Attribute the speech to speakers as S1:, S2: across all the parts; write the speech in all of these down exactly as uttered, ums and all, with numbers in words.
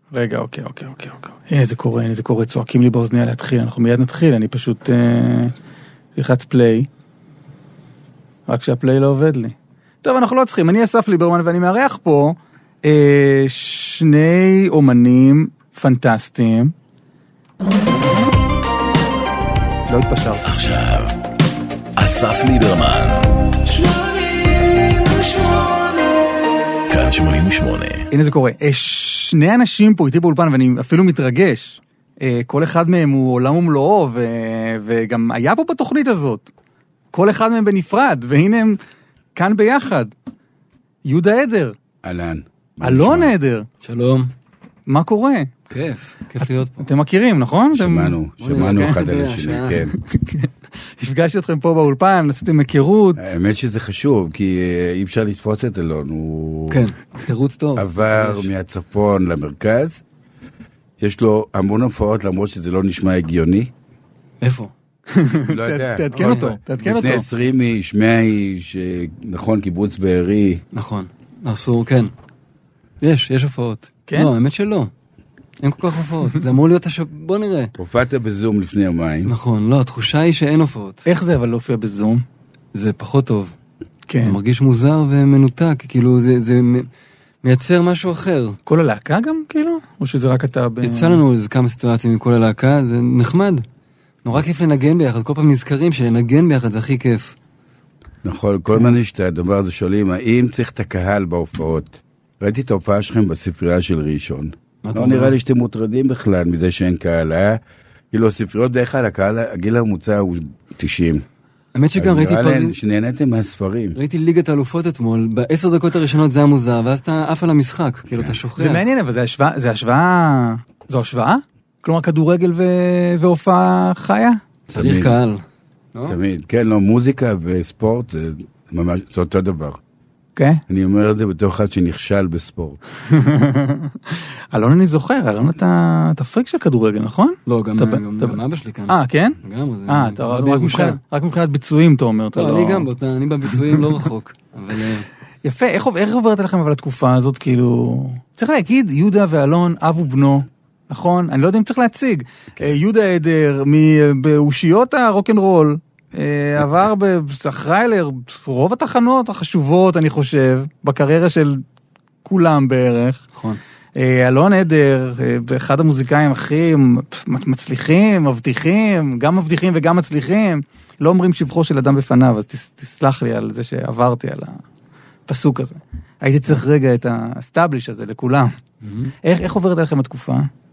S1: רגע, אוקיי, אוקיי, אוקיי, אוקיי. הנה זה קורה, הנה זה קורה, צועקים לי באוזניה להתחיל, אנחנו מיד נתחיל, אני פשוט אה, לחץ פליי, רק שהפליי לא עובד לי. טוב, אנחנו לא צריכים, אני אסף ליברמן ואני מארח פה אה, שני אומנים פנטסטיים. לא התפשרת.
S2: עכשיו, אסף ליברמן. שמונים ושמונה. כאן שמונים ושמונה.
S1: הנה זה קורה. שני אנשים פה איתי באולפן, ואני אפילו מתרגש. כל אחד מהם הוא עולם ומלואו, וגם היה פה בתוכנית הזאת. כל אחד מהם בנפרד, והנה הם כאן ביחד. יהודה עדר.
S3: אלן.
S1: אלון עדר.
S4: שלום.
S1: מה קורה?
S4: כיף, כיף להיות פה.
S1: אתם מכירים, נכון?
S3: שמענו, שמענו אחד על השני, כן.
S1: הפגשתי אתכם פה באולפן, עשיתם היכרות.
S3: האמת שזה חשוב, כי אי אפשר לתפוס את אלון, הוא...
S4: כן, תירוץ טוב.
S3: עבר מהצפון למרכז, יש לו המון הופעות, למרות שזה לא נשמע הגיוני.
S4: איפה?
S3: לא יודע.
S1: תעדכן אותו, תעדכן אותו.
S3: לפני עשרים איש, מאה איש, נכון, קיבוץ בארי.
S4: נכון, אסור, כן. יש, יש הופעות.
S1: כן?
S4: לא, האמת שלא. אין כל כך הופעות. זה אמור להיות השב... בוא נראה.
S3: הופעת בזום לפני יומיים.
S4: נכון, לא, התחושה היא שאין הופעות.
S1: איך זה אבל להופיע בזום?
S4: זה פחות טוב.
S1: כן.
S4: זה מרגיש מוזר ומנותק, כאילו זה, זה מייצר משהו אחר.
S1: כל הלהקה גם, כאילו? או שזה רק אתה ב...
S4: יצא לנו איזה כמה סיטואציות עם כל הלהקה, זה נחמד. נורא כיף לנגן ביחד, כל פעם נזכרים שלנגן ביחד זה הכי כיף.
S3: נכון, כל הזמן יש את הדבר הזה שואלים, האם צריך את הקהל בהופעות? ראיתי את ההופעה שלכם בספרייה של ראשון. לא נראה לי שאתם מוטרדים בכלל מזה שאין קהל, אה? כאילו, הספריות דרך כלל, הקהל, הגיל הממוצע הוא תשעים.
S4: האמת שגם ראיתי
S3: פה...
S4: פעם...
S3: שנהנתם מהספרים.
S4: ראיתי ליגת האלופות אתמול, בעשר דקות הראשונות זה המוזר, ואז אתה עף על המשחק, כאילו אתה שוכח.
S1: זה מעניין, אבל זה השוואה, זה השוואה... זו השוואה? כלומר, כדורגל והופעה חיה?
S4: צריך קהל.
S3: תמיד, כן, לא, מוזיקה וספורט זה ממש, זה אותו דבר.
S1: כן?
S3: אני אומר את זה בתור אחד שנכשל בספורט.
S1: אלון אני זוכר, אלון אתה פריק של כדורגל, נכון?
S4: לא, גם אבא שלי כאן.
S1: אה, כן?
S4: גם,
S1: אה, רק מבחינת ביצועים, אתה אומר.
S4: לא, אני גם, אני בביצועים לא רחוק.
S1: יפה, איך עוברת לכם אבל התקופה הזאת, כאילו... צריך להגיד, יהודה ואלון, אב ובנו, נכון? אני לא יודע אם צריך להציג. יהודה עדר, באושיות הרוק'נ'רול, עבר אחראי לרוב התחנות החשובות, אני חושב, בקריירה של כולם בערך.
S4: נכון.
S1: אלון עדר, אחד המוזיקאים הכי מצליחים, מבטיחים, גם מבטיחים וגם מצליחים. לא אומרים שבחו של אדם בפניו, אז תסלח לי על זה שעברתי על הפסוק הזה. הייתי צריך רגע את הסטאבליש הזה לכולם. איך עוברת עליכם התקופה?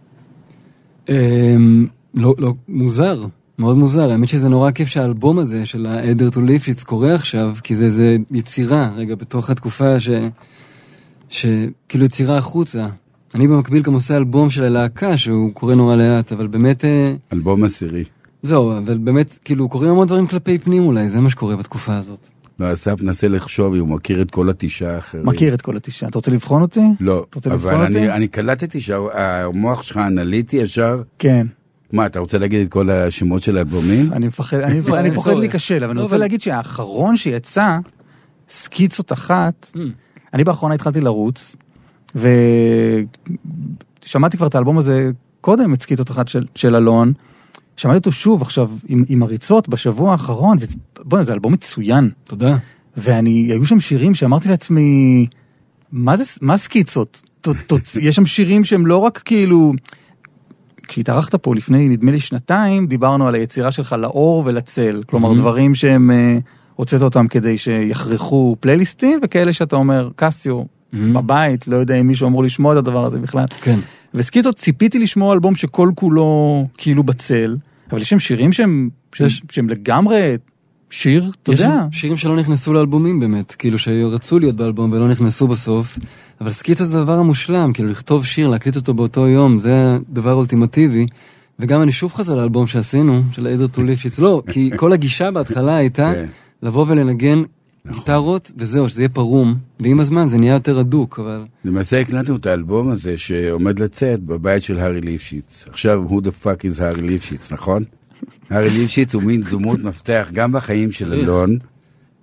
S4: לא, לא, מוזר. מאוד מוזר, האמת שזה נורא כיף שהאלבום הזה של העדר טו ליפשיץ קורה עכשיו, כי זה, זה יצירה, רגע, בתוך התקופה ש... שכאילו יצירה החוצה. אני במקביל גם עושה אלבום של הלהקה, שהוא קורא נורא לאט, אבל באמת...
S3: אלבום עשירי.
S4: זהו, אבל באמת, כאילו, קוראים המון דברים כלפי פנים אולי, זה מה שקורה בתקופה הזאת.
S3: לא, אסף נסה לחשוב, הוא מכיר את כל התשעה האחרים.
S1: מכיר את כל התשעה. אתה רוצה לבחון אותי?
S3: לא, אבל אני, אני קלטתי שהמוח שלך אנליטי ישר...
S1: כן.
S3: מה, אתה רוצה להגיד את כל השמות של האלבומים?
S1: אני מפחד, אני, אני פוחד להיכשל, אבל אני רוצה להגיד שהאחרון שיצא, סקיצות אחת, אני באחרונה התחלתי לרוץ, ושמעתי כבר את האלבום הזה קודם, את סקיצות אחת של, של אלון, שמעתי אותו שוב עכשיו עם, עם הריצות בשבוע האחרון, ובוא, זה אלבום מצוין.
S4: תודה.
S1: ואני, היו שם שירים שאמרתי לעצמי, מה זה, מה סקיצות? יש שם שירים שהם לא רק כאילו... כשהתארחת פה לפני, נדמה לי שנתיים, דיברנו על היצירה שלך לאור ולצל. כלומר, mm-hmm. דברים שהם uh, הוצאת אותם כדי שיחרכו פלייליסטים, וכאלה שאתה אומר, קסיו, mm-hmm. בבית, לא יודע אם מישהו אמור לשמוע את הדבר הזה בכלל.
S4: כן.
S1: וסקיצות, ציפיתי לשמוע אלבום שכל כולו כאילו בצל, אבל יש שם שירים שהם, שיש... שהם לגמרי שיר, אתה יודע.
S4: יש שירים שלא נכנסו לאלבומים באמת, כאילו שרצו להיות באלבום ולא נכנסו בסוף, אבל סקיצה זה הדבר המושלם, כאילו לכתוב שיר, להקליט אותו באותו יום, זה דבר אולטימטיבי, וגם אני שוב חזר לאלבום שעשינו, של העדר טו ליפשיץ, לא, כי כל הגישה בהתחלה הייתה לבוא ולנגן גיטרות, וזהו, שזה יהיה פרום, ועם הזמן זה נהיה יותר הדוק, אבל...
S3: למעשה הקלטנו את האלבום הזה שעומד לצאת בבית של הארי ליפשיץ. עכשיו, who the fuck is הארי ליפשיץ, נכון? הארי ליפשיץ הוא מין דמות מפתח גם בחיים של אלון,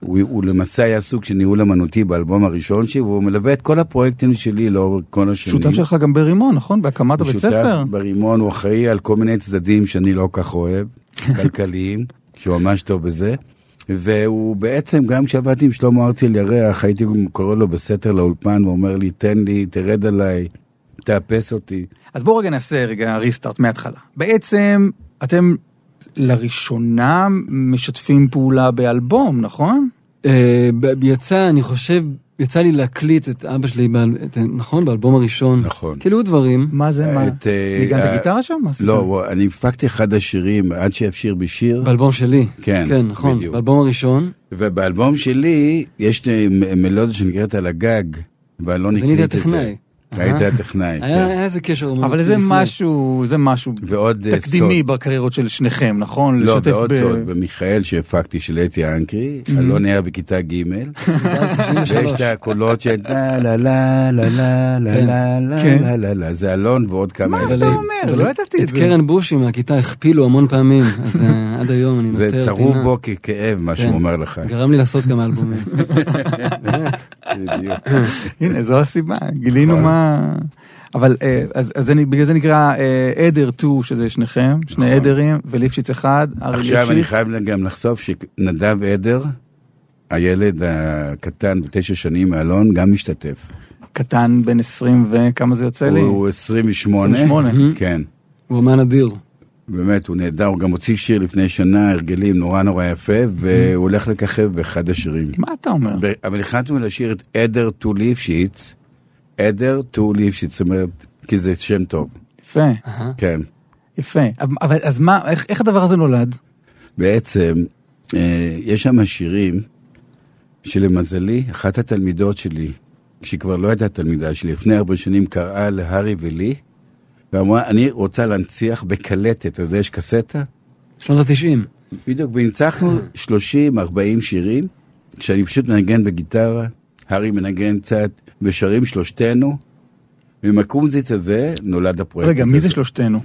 S3: הוא, הוא למעשה היה סוג של ניהול אמנותי באלבום הראשון שלי, והוא מלווה את כל הפרויקטים שלי לאורך כל השנים.
S1: שותף שלך גם ברימון, נכון? בהקמת הבית ספר?
S3: שותף ברימון, הוא אחראי על כל מיני צדדים שאני לא כך אוהב, כלכליים, שהוא ממש טוב בזה. והוא בעצם, גם כשעבדתי עם שלמה ארצי על ירח, הייתי קורא לו בסתר לאולפן, ואומר לי, תן לי, תרד עליי, תאפס אותי.
S1: אז בואו רגע נעשה רגע ריסטארט מההתחלה. בעצם, אתם לראשונה משתפים פעולה באלבום, נכון?
S4: יצא, אני חושב, יצא לי להקליט את אבא שלי, נכון? באלבום הראשון.
S3: נכון.
S4: כאילו דברים.
S1: מה זה? מה? ניגנת גיטרה שם?
S3: לא, אני הפקתי אחד השירים, עד שאפשיר בשיר.
S4: באלבום שלי.
S3: כן,
S4: כן, נכון.
S3: בדיוק.
S4: באלבום הראשון.
S3: ובאלבום שלי, יש מלודיה שנקראת על הגג, ואני לא נקליט את זה. היית הטכנאי.
S4: היה איזה קשר.
S1: אבל זה משהו, זה משהו תקדימי בקריירות של שניכם, נכון?
S3: לא, ועוד סוד, במיכאל שהפקתי של אתי אנקרי, אלון היה בכיתה ג' ויש את הקולות של לה לה לה לה לה לה לה לה לה, זה אלון ועוד כמה.
S1: מה אתה אומר? לא ידעתי את זה.
S4: את קרן בושי מהכיתה הכפילו המון פעמים, אז עד היום אני נותר פינה.
S3: זה צרוב בו ככאב, מה שהוא אומר לך.
S4: גרם לי לעשות כמה אלבומים.
S1: הנה, זו הסיבה, גילינו מה... אבל אז בגלל זה נקרא עדר שתיים, שזה שניכם, שני עדרים, וליפשיץ אחד, ארי ליפשיץ.
S3: עכשיו אני חייב גם לחשוף שנדב עדר, הילד הקטן בתשע שנים מאלון, גם משתתף.
S1: קטן בין עשרים וכמה זה יוצא לי?
S3: הוא עשרים ושמונה.
S1: עשרים ושמונה.
S3: כן.
S4: הוא אמן אדיר.
S3: באמת, הוא נהדר, הוא גם הוציא שיר לפני שנה, הרגלים נורא נורא יפה, והוא הולך לככב באחד השירים.
S1: מה אתה אומר?
S3: אבל החלטנו לשיר את עדר שתיים ליפשיץ, עדר שתיים ליפשיץ, זאת אומרת, כי זה שם טוב.
S1: יפה.
S3: כן.
S1: יפה. אבל אז מה, איך, איך הדבר הזה נולד?
S3: בעצם, אה, יש שם שירים שלמזלי, אחת התלמידות שלי, כשהיא כבר לא הייתה תלמידה שלי, לפני הרבה שנים קראה להרי ולי, ואמרה, אני רוצה להנציח בקלטת, אתה יודע, יש קסטה?
S4: שנות ה-תשעים.
S3: בדיוק, והנצחנו שלושים ארבעים שירים, שאני פשוט מנגן בגיטרה, הרי מנגן קצת, ושרים שלושתנו, ומקומזיץ הזה נולד הפרויקט הזה.
S1: רגע, מי זה שלושתנו?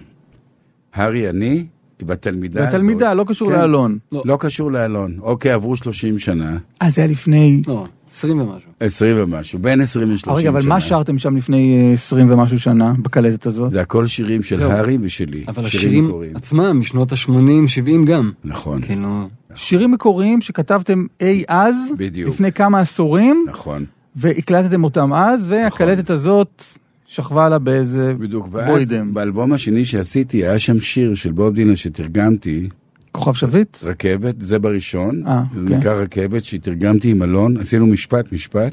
S3: הרי אני, בתלמידה הזאת.
S1: בתלמידה, לא קשור לאלון.
S3: לא קשור לאלון. אוקיי, עברו שלושים שנה.
S1: אה, זה היה לפני...
S4: לא, עשרים ומשהו.
S3: עשרים ומשהו, בין עשרים ושלושים שנה.
S1: רגע, אבל מה שרתם שם לפני עשרים ומשהו שנה, בקלטת הזאת?
S3: זה הכל שירים של הרי ושלי.
S4: אבל השירים עצמם, משנות ה-שמונים שבעים גם.
S3: נכון.
S1: שירים מקוריים שכתבתם אי אז, לפני כמה עשורים.
S3: נכון.
S1: והקלטתם אותם אז, והקלטת הזאת שכבה לה באיזה בוידם.
S3: באלבום השני שעשיתי, היה שם שיר של בוב דילן שתרגמתי.
S1: כוכב שביט?
S3: רכבת, זה בראשון. זה נקרא רכבת שתרגמתי עם אלון. עשינו משפט, משפט.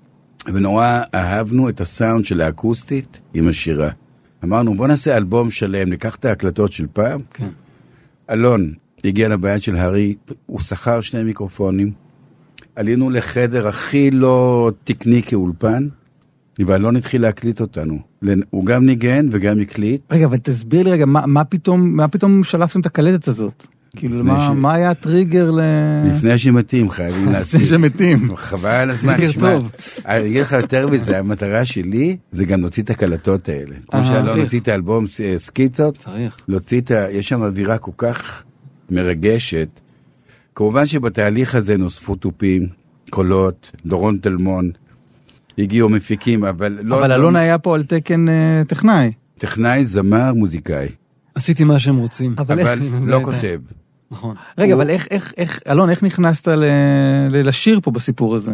S3: ונורא אהבנו את הסאונד של האקוסטית עם השירה. אמרנו, בוא נעשה אלבום שלם, ניקח את ההקלטות של פעם.
S4: כן.
S3: אלון הגיע לבית של הרי, הוא שכר שני מיקרופונים. עלינו לחדר הכי לא תקני כאולפן, ואלון התחיל להקליט אותנו. הוא גם ניגן וגם הקליט.
S1: רגע, אבל תסביר לי רגע, מה, מה פתאום, מה פתאום שלפתם את הקלטת הזאת? כאילו, מה, ש... מה היה הטריגר ל...
S3: לפני שמתים, חייבים להציג.
S1: לפני שמתים.
S3: חבל הזמן, תשמע. אני אגיד לך יותר מזה, המטרה שלי, זה גם להוציא את הקלטות האלה. כמו שאלון הוציא את האלבום סקיצות,
S4: צריך.
S3: להוציא את ה... יש שם אווירה כל כך מרגשת. כמובן שבתהליך הזה נוספו טופים, קולות, דורון תלמון, הגיעו מפיקים, אבל לא...
S1: אבל אלון היה פה על תקן טכנאי.
S3: טכנאי, זמר, מוזיקאי.
S4: עשיתי מה שהם רוצים.
S3: אבל לא כותב.
S4: נכון.
S1: רגע, אבל איך, איך, איך, אלון, איך נכנסת לשיר פה בסיפור הזה?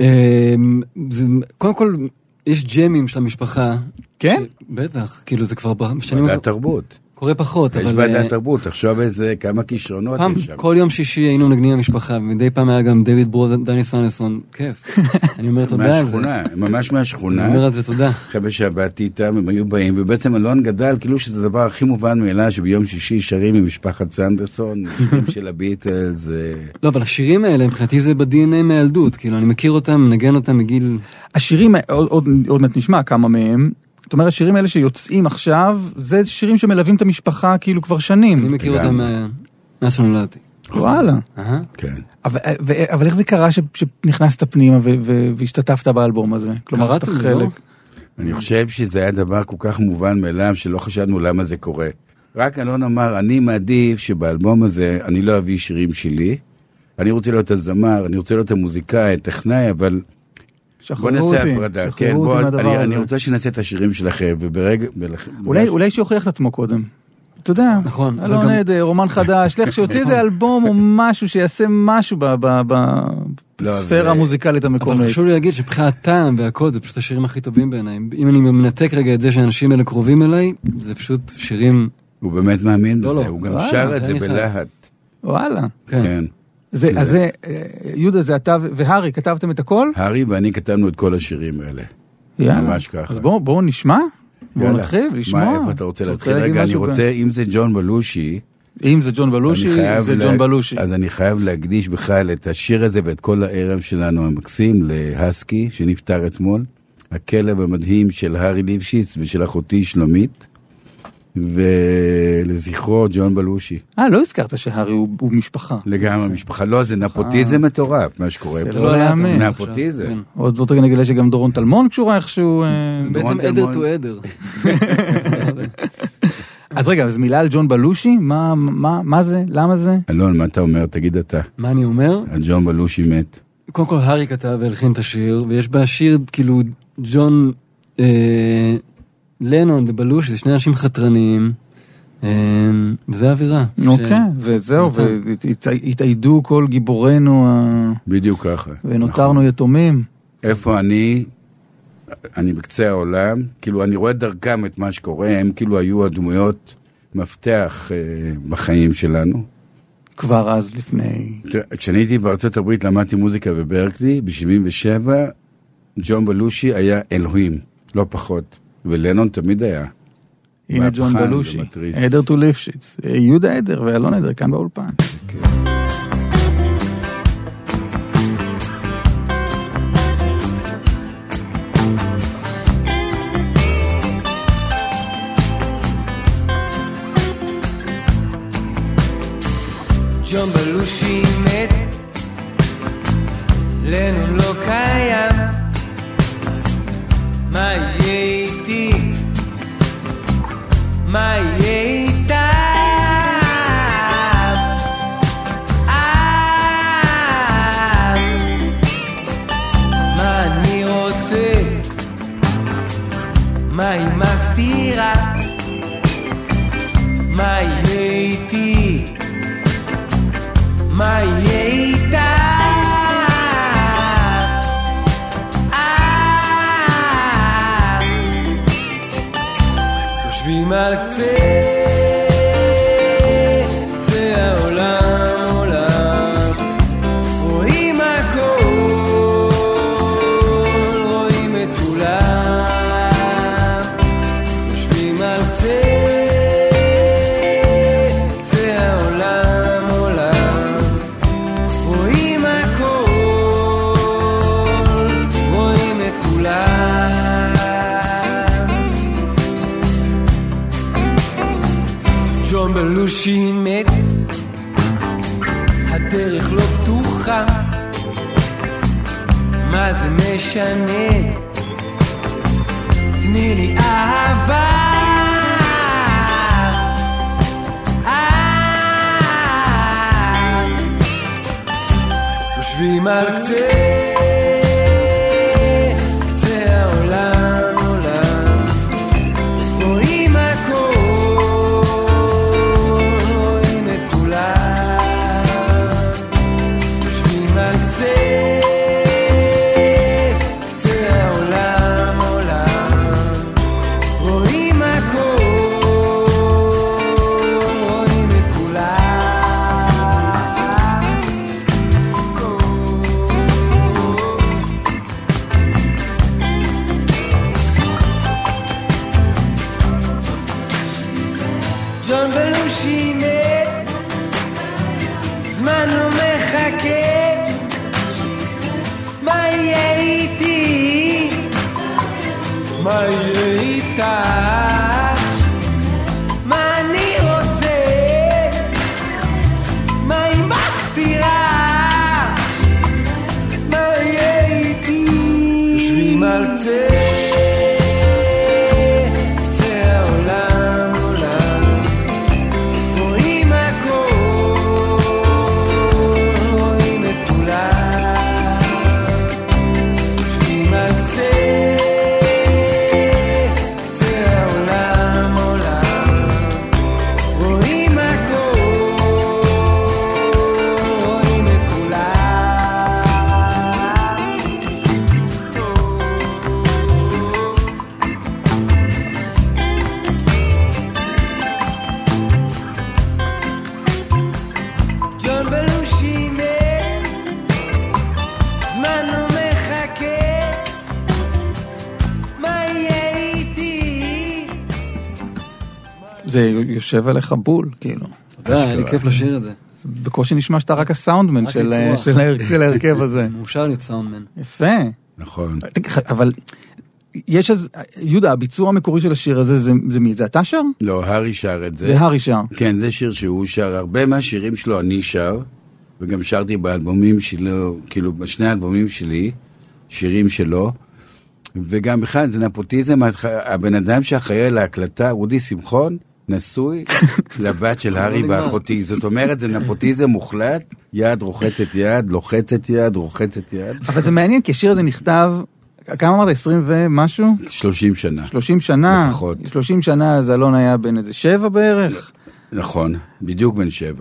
S4: קודם כל, יש ג'מים של המשפחה.
S1: כן?
S4: בטח, כאילו זה כבר...
S3: ועדת תרבות.
S4: קורה פחות,
S3: אבל... יש ועדת תרבות, תחשוב איזה כמה כישרונות יש שם.
S4: כל יום שישי היינו מנגנים במשפחה, ומדי פעם היה גם דויד ברוז, דני סנסון, כיף. אני אומר תודה על זה.
S3: מהשכונה, ממש מהשכונה.
S4: אני אומר על זה תודה.
S3: אחרי שעבדתי איתם, הם היו באים, ובעצם אלון גדל, כאילו שזה הדבר הכי מובן מאליו, שביום שישי שרים עם משפחת סנדרסון, שירים של הביטלס.
S4: לא, אבל השירים האלה, מבחינתי זה ב-די אן איי מהילדות, כאילו, אני מכיר אותם, מנגן אותם מגיל... השירים, עוד מעט נשמע כמה מהם.
S1: זאת אומרת, השירים האלה שיוצאים עכשיו, זה שירים שמלווים את המשפחה כאילו כבר שנים.
S4: אני מכיר אותם מאז שנולדתי.
S1: וואלה.
S3: כן.
S1: אבל איך זה קרה שנכנסת פנימה והשתתפת באלבום הזה?
S4: קראתי לו?
S3: אני חושב שזה היה דבר כל כך מובן מאליו, שלא חשבנו למה זה קורה. רק אלון אמר, אני מעדיף שבאלבום הזה אני לא אביא שירים שלי, אני רוצה להיות הזמר, אני רוצה להיות המוזיקאי, טכנאי, אבל בוא נעשה הפרדה. כן, בוא, אני, אני רוצה שנעשה את השירים שלכם, וברגע...
S1: אולי, אולי שיוכיח את עצמו קודם. אתה יודע,
S4: נכון,
S1: אלון גם... עד, רומן חדש, לך שיוציא איזה אלבום או משהו, שיעשה משהו בספירה המוזיקלית המקומית.
S4: אבל חשוב לי להגיד שבחיית טעם והכל, זה פשוט השירים הכי טובים בעיניי. אם אני מנתק רגע את זה שהאנשים האלה קרובים אליי, זה פשוט שירים...
S3: הוא באמת מאמין בזה, הוא גם שר את זה בלהט.
S1: וואלה.
S3: כן.
S1: אז זה, יהודה, זה אתה והרי, כתבתם את הכל?
S3: הרי ואני כתבנו את כל השירים האלה.
S1: יאללה.
S3: ממש ככה.
S1: אז בואו נשמע. בואו נתחיל, לשמוע.
S3: מה, איפה אתה רוצה להתחיל? רגע, אני רוצה, אם זה ג'ון בלושי...
S1: אם זה ג'ון בלושי, זה ג'ון בלושי.
S3: אז אני חייב להקדיש בכלל את השיר הזה ואת כל הערב שלנו המקסים להסקי, שנפטר אתמול, הכלב המדהים של הרי ליפשיץ ושל אחותי שלומית, ולזכרו ג'ון בלושי.
S1: אה, לא הזכרת שהרי הוא משפחה.
S3: לגמרי משפחה. לא, זה נפוטיזם מטורף, מה שקורה פה.
S1: זה לא להאמין.
S3: נפוטיזם.
S1: עוד באותו נגיד שגם דורון טלמון קשורה איכשהו...
S4: בעצם עדר טו עדר.
S1: אז רגע, אז מילה על ג'ון בלושי? מה זה? למה זה?
S3: אלון, מה אתה אומר? תגיד אתה.
S4: מה אני אומר?
S3: ג'ון בלושי מת.
S4: קודם כל, הרי כתב והלחין את השיר, ויש בשיר כאילו ג'ון... לנון ובלושי, זה שני אנשים חתרניים, וזה האווירה.
S1: אוקיי, וזהו, והתעידו כל גיבורנו.
S3: בדיוק ככה.
S1: ונותרנו יתומים.
S3: איפה אני, אני בקצה העולם, כאילו אני רואה דרכם את מה שקורה, הם כאילו היו הדמויות מפתח בחיים שלנו.
S1: כבר אז לפני...
S3: כשאני הייתי בארצות הברית, למדתי מוזיקה בברקלי, ב-שבעים ושבע, ג'ון בלושי היה אלוהים, לא פחות. ולנון תמיד היה.
S1: הנה ג'ון בלושי, עדר טו ליפשיץ, יהודה עדר ואלון עדר כאן באולפן.
S5: ג'ון בלושי מת, לנון לא קיים, מה יהיה איתי? מה יהיה איתם? מה אני רוצה? מה היא מסתירה? מה יהיה איתי? מה יהיה איתם? יושבים על קצה, קצה העולם עולם, רואים הכל, רואים את כולם. יושבים על קצה, קצה העולם עולם, רואים הכל, רואים את כולם. ג'ון בלושי מת, הדרך לא פתוחה, מה זה משנה? תני לי אהבה, יושבים על קצה, קצה העולם עולם, רואים הכל, ג'ון בלושי מת, זמן לא מחכה, מה יהיה איתי? מה יהיה איתה? מה אני רוצה? מה היא מסתירה? מה יהיה איתי? יושבים על קצה, רואים
S1: זה יושב עליך בול, כאילו.
S4: תודה, היה לי כיף לשיר את זה.
S1: בקושי נשמע שאתה רק הסאונדמן של ההרכב הזה.
S4: מאושר להיות סאונדמן.
S1: יפה.
S3: נכון.
S1: אבל יש אז, יהודה, הביצוע המקורי של השיר הזה, זה מי? זה אתה שר?
S3: לא, הרי שר את זה.
S1: זה הרי שר.
S3: כן, זה שיר שהוא שר. הרבה מהשירים שלו אני שר, וגם שרתי באלבומים שלו, כאילו בשני האלבומים שלי, שירים שלו, וגם בכלל זה נפוטיזם, הבן אדם שאחראי להקלטה, רודי שמחון, נשוי לבת של הרי ואחותי. זאת אומרת, זה נפוטיזם מוחלט, יד רוחצת יד, לוחצת יד, רוחצת יד.
S1: אבל זה מעניין, כי השיר הזה נכתב, כמה אמרת? עשרים ומשהו?
S3: שלושים שנה.
S1: שלושים שנה?
S3: לפחות.
S1: שלושים שנה, אז אלון היה בן איזה שבע בערך?
S3: נכון, בדיוק בן שבע.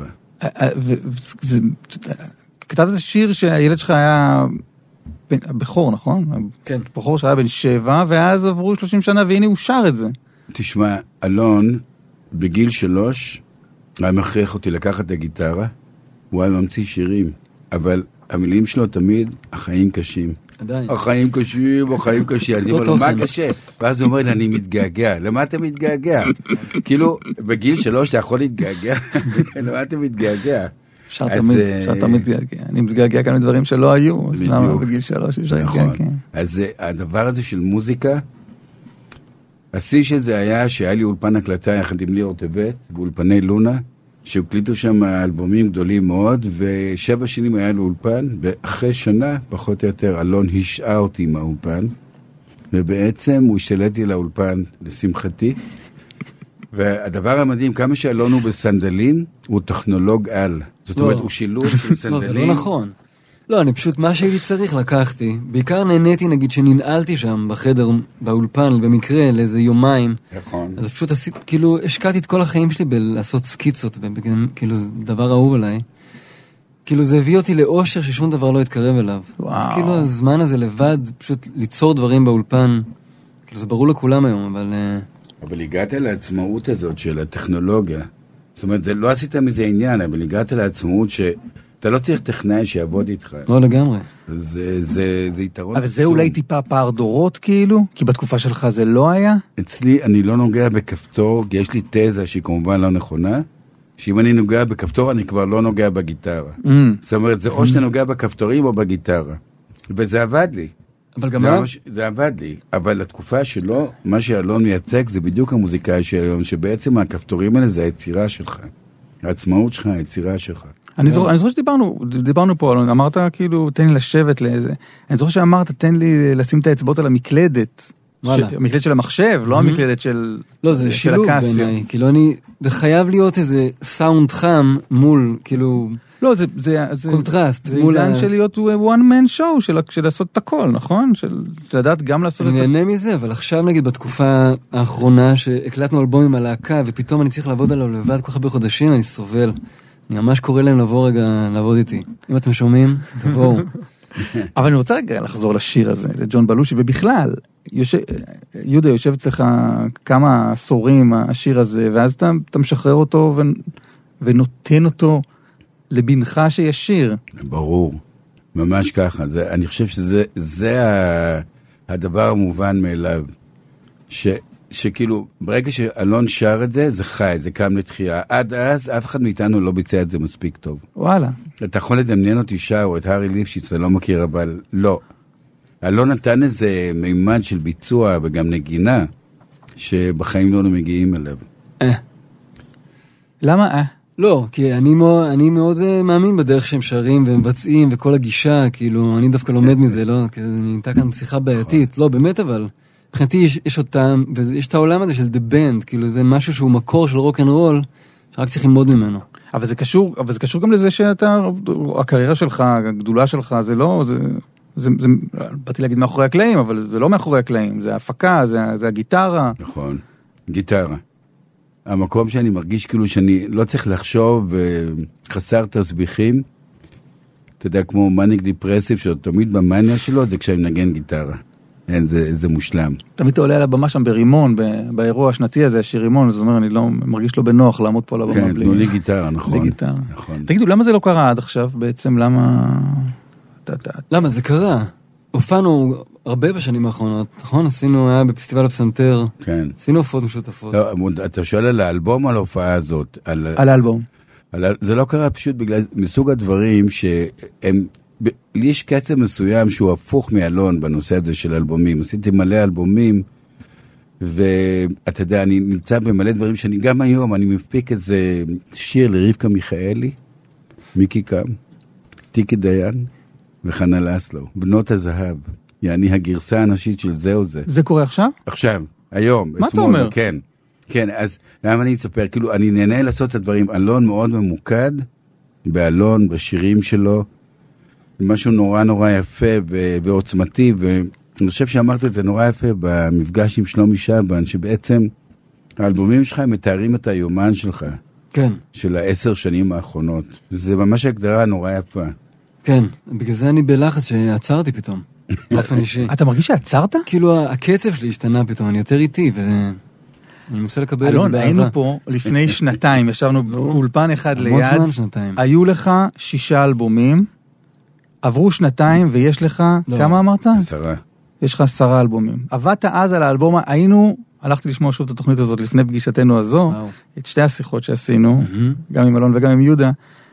S1: כתבת את השיר שהילד שלך היה בכור, נכון?
S4: כן.
S1: בכור שהיה בן שבע, ואז עברו שלושים שנה, והנה הוא שר את זה.
S3: תשמע, אלון, בגיל שלוש, היה מכריח אותי לקחת את הגיטרה, הוא היה ממציא שירים, אבל המילים שלו תמיד, החיים קשים.
S4: עדיין.
S3: החיים קשים, החיים קשים. אני אומר לו, מה קשה? ואז הוא אומר לי, אני מתגעגע. למה אתה מתגעגע? כאילו, בגיל שלוש אתה יכול להתגעגע. למה אתה מתגעגע?
S1: אפשר תמיד להתגעגע. אני מתגעגע כאן לדברים שלא היו, אז למה בגיל שלוש אפשר להתגעגע?
S3: אז הדבר הזה של מוזיקה, השיא של זה היה שהיה לי אולפן הקלטה יחד עם ליאור טבת, באולפני לונה, שהוקליטו שם אלבומים גדולים מאוד, ושבע שנים היה לו אולפן, ואחרי שנה, פחות או יותר, אלון השעה אותי מהאולפן, ובעצם הוא השתלט לי לאולפן, לשמחתי, והדבר המדהים, כמה שאלון הוא בסנדלים, הוא טכנולוג על. זאת אומרת, הוא שילוב של סנדלים.
S4: לא, זה לא נכון. לא, אני פשוט, מה שהייתי צריך לקחתי, בעיקר נהניתי, נגיד, שננעלתי שם בחדר, באולפן, במקרה, לאיזה יומיים.
S3: נכון.
S4: אז פשוט עשיתי, כאילו, השקעתי את כל החיים שלי בלעשות סקיצות, כאילו, זה דבר אהוב עליי. כאילו, זה הביא אותי לאושר ששום דבר לא יתקרב אליו. וואו. אז כאילו, הזמן הזה לבד, פשוט ליצור דברים באולפן, כאילו, זה ברור לכולם היום, אבל...
S3: אבל הגעת לעצמאות הזאת של הטכנולוגיה. זאת אומרת, זה, לא עשית מזה עניין, אבל הגעת לעצמאות ש... אתה לא צריך טכנאי שיעבוד איתך.
S4: לא לגמרי.
S3: זה, זה, זה יתרון.
S1: אבל זה אולי טיפה פער דורות כאילו? כי בתקופה שלך זה לא היה?
S3: אצלי אני לא נוגע בכפתור, כי יש לי תזה שהיא כמובן לא נכונה, שאם אני נוגע בכפתור אני כבר לא נוגע בגיטרה. Mm. זאת אומרת, זה או שאתה נוגע בכפתורים או בגיטרה. וזה עבד לי.
S4: אבל גם
S3: זה,
S4: מה?
S3: ממש, זה עבד לי. אבל לתקופה שלו, מה שאלון מייצג זה בדיוק המוזיקאי של היום, שבעצם הכפתורים האלה זה היצירה שלך. העצמאות שלך, היצירה שלך.
S1: אני זוכר, אני זוכר שדיברנו, דיברנו פה, אמרת כאילו, תן לי לשבת לאיזה, אני זוכר שאמרת, תן לי לשים את האצבעות על המקלדת, המקלדת של המחשב, לא המקלדת של הקאסיה.
S4: לא, זה שילוב בעיניי, כאילו אני, זה חייב להיות איזה סאונד חם מול, כאילו,
S1: לא, זה, זה, זה,
S4: קונטרסט.
S1: זה עידן של להיות one man show, של, של לעשות את הכל, נכון? של לדעת גם לעשות את...
S4: אני נהנה מזה, אבל עכשיו נגיד בתקופה האחרונה שהקלטנו אלבום עם הלהקה, ופתאום אני צריך לעבוד עליו לבד כל כך הרבה חודשים, אני סובל. אני ממש קורא להם לבוא רגע, לעבוד איתי. אם אתם שומעים, תבואו.
S1: אבל אני רוצה רגע לחזור לשיר הזה, לג'ון בלושי, ובכלל, יושב, יהודה יושבת לך כמה עשורים השיר הזה, ואז אתה, אתה משחרר אותו ו, ונותן אותו לבנך שישיר.
S3: ברור, ממש ככה. זה, אני חושב שזה זה הדבר המובן מאליו, ש... שכאילו, ברגע שאלון שר את זה, זה חי, זה קם לתחייה. עד אז, אף אחד מאיתנו לא ביצע את זה מספיק טוב.
S1: וואלה.
S3: אתה יכול לדמיין אותי שר, או את הרי ליפשיץ, אתה לא מכיר, אבל לא. אלון נתן איזה מימד של ביצוע, וגם נגינה, שבחיים לא מגיעים אליו.
S4: אה.
S1: למה אה?
S4: לא, כי אני מאוד, אני מאוד uh, מאמין בדרך שהם שרים ומבצעים, וכל הגישה, כאילו, אני דווקא לומד מזה, לא? כי אני נהייתה כאן שיחה בעייתית. לא, באמת אבל... מבחינתי יש, יש אותם, ויש את העולם הזה של The Band, כאילו זה משהו שהוא מקור של רוק אנד רול, שרק צריך ללמוד ממנו. אבל
S1: זה קשור, אבל זה קשור גם לזה שאתה, הקריירה שלך, הגדולה שלך, זה לא, זה, זה, זה, באתי להגיד מאחורי הקלעים, אבל זה לא מאחורי הקלעים, זה ההפקה, זה, זה הגיטרה.
S3: נכון, גיטרה. המקום שאני מרגיש כאילו שאני לא צריך לחשוב וחסר תסביכים, אתה יודע, כמו מניק דיפרסיב, שתמיד במניה שלו, זה כשאני מנגן גיטרה. אין, זה, זה מושלם.
S1: תמיד אתה עולה על הבמה שם ברימון, באירוע השנתי הזה, השיר רימון, זאת אומרת, אני לא מרגיש לו בנוח לעמוד פה על הבמה
S3: כן,
S1: בלי...
S3: תנו לי גיטרה, נכון.
S1: לגיטרה.
S3: נכון.
S1: תגידו, למה זה לא קרה עד עכשיו בעצם? למה...
S4: למה? זה קרה. הופענו הרבה בשנים האחרונות, נכון? עשינו, היה בפסטיבל הפסנתר,
S3: כן.
S4: עשינו הופעות משותפות.
S3: לא, אתה שואל על האלבום או על ההופעה הזאת? על,
S1: על האלבום.
S3: על, זה לא קרה פשוט בגלל מסוג הדברים שהם, ב, לי יש קצב מסוים שהוא הפוך מאלון בנושא הזה של אלבומים. עשיתי מלא אלבומים, ואתה יודע, אני נמצא במלא דברים שאני גם היום, אני מפיק איזה שיר לרבקה מיכאלי, מיקי קם, טיקי דיין וחנה לסלו, בנות הזהב. יעני הגרסה הנשית של זה או זה.
S1: זה קורה עכשיו?
S3: עכשיו, היום.
S1: מה אתה אומר?
S3: כן, כן, אז למה אני אספר? כאילו, אני נהנה לעשות את הדברים. אלון מאוד ממוקד, באלון, בשירים שלו, משהו נורא נורא יפה ו- ועוצמתי, ואני חושב שאמרת את זה נורא יפה במפגש עם שלומי שבן, שבעצם האלבומים שלך מתארים את היומן שלך.
S4: כן.
S3: של העשר שנים האחרונות. זה ממש הגדרה נורא יפה.
S4: כן, בגלל זה אני בלחץ שעצרתי פתאום. באופן אישי.
S1: אתה מרגיש שעצרת?
S4: כאילו הקצב שלי השתנה פתאום, אני יותר איטי, ואני מנסה לקבל את זה
S1: אלון,
S4: באהבה.
S1: היינו פה לפני שנתיים, ישבנו באולפן אחד
S4: המון
S1: ליד.
S4: זמן, שנתיים.
S1: היו לך שישה אלבומים, עברו שנתיים ויש לך,
S4: לא.
S1: כמה אמרת?
S3: עשרה.
S1: יש לך עשרה אלבומים. עבדת אז על האלבום, היינו, הלכתי לשמוע שוב את התוכנית הזאת לפני פגישתנו הזו,
S4: וואו.
S1: את שתי השיחות שעשינו,
S4: מהמם.
S1: גם עם אלון וגם עם יהודה,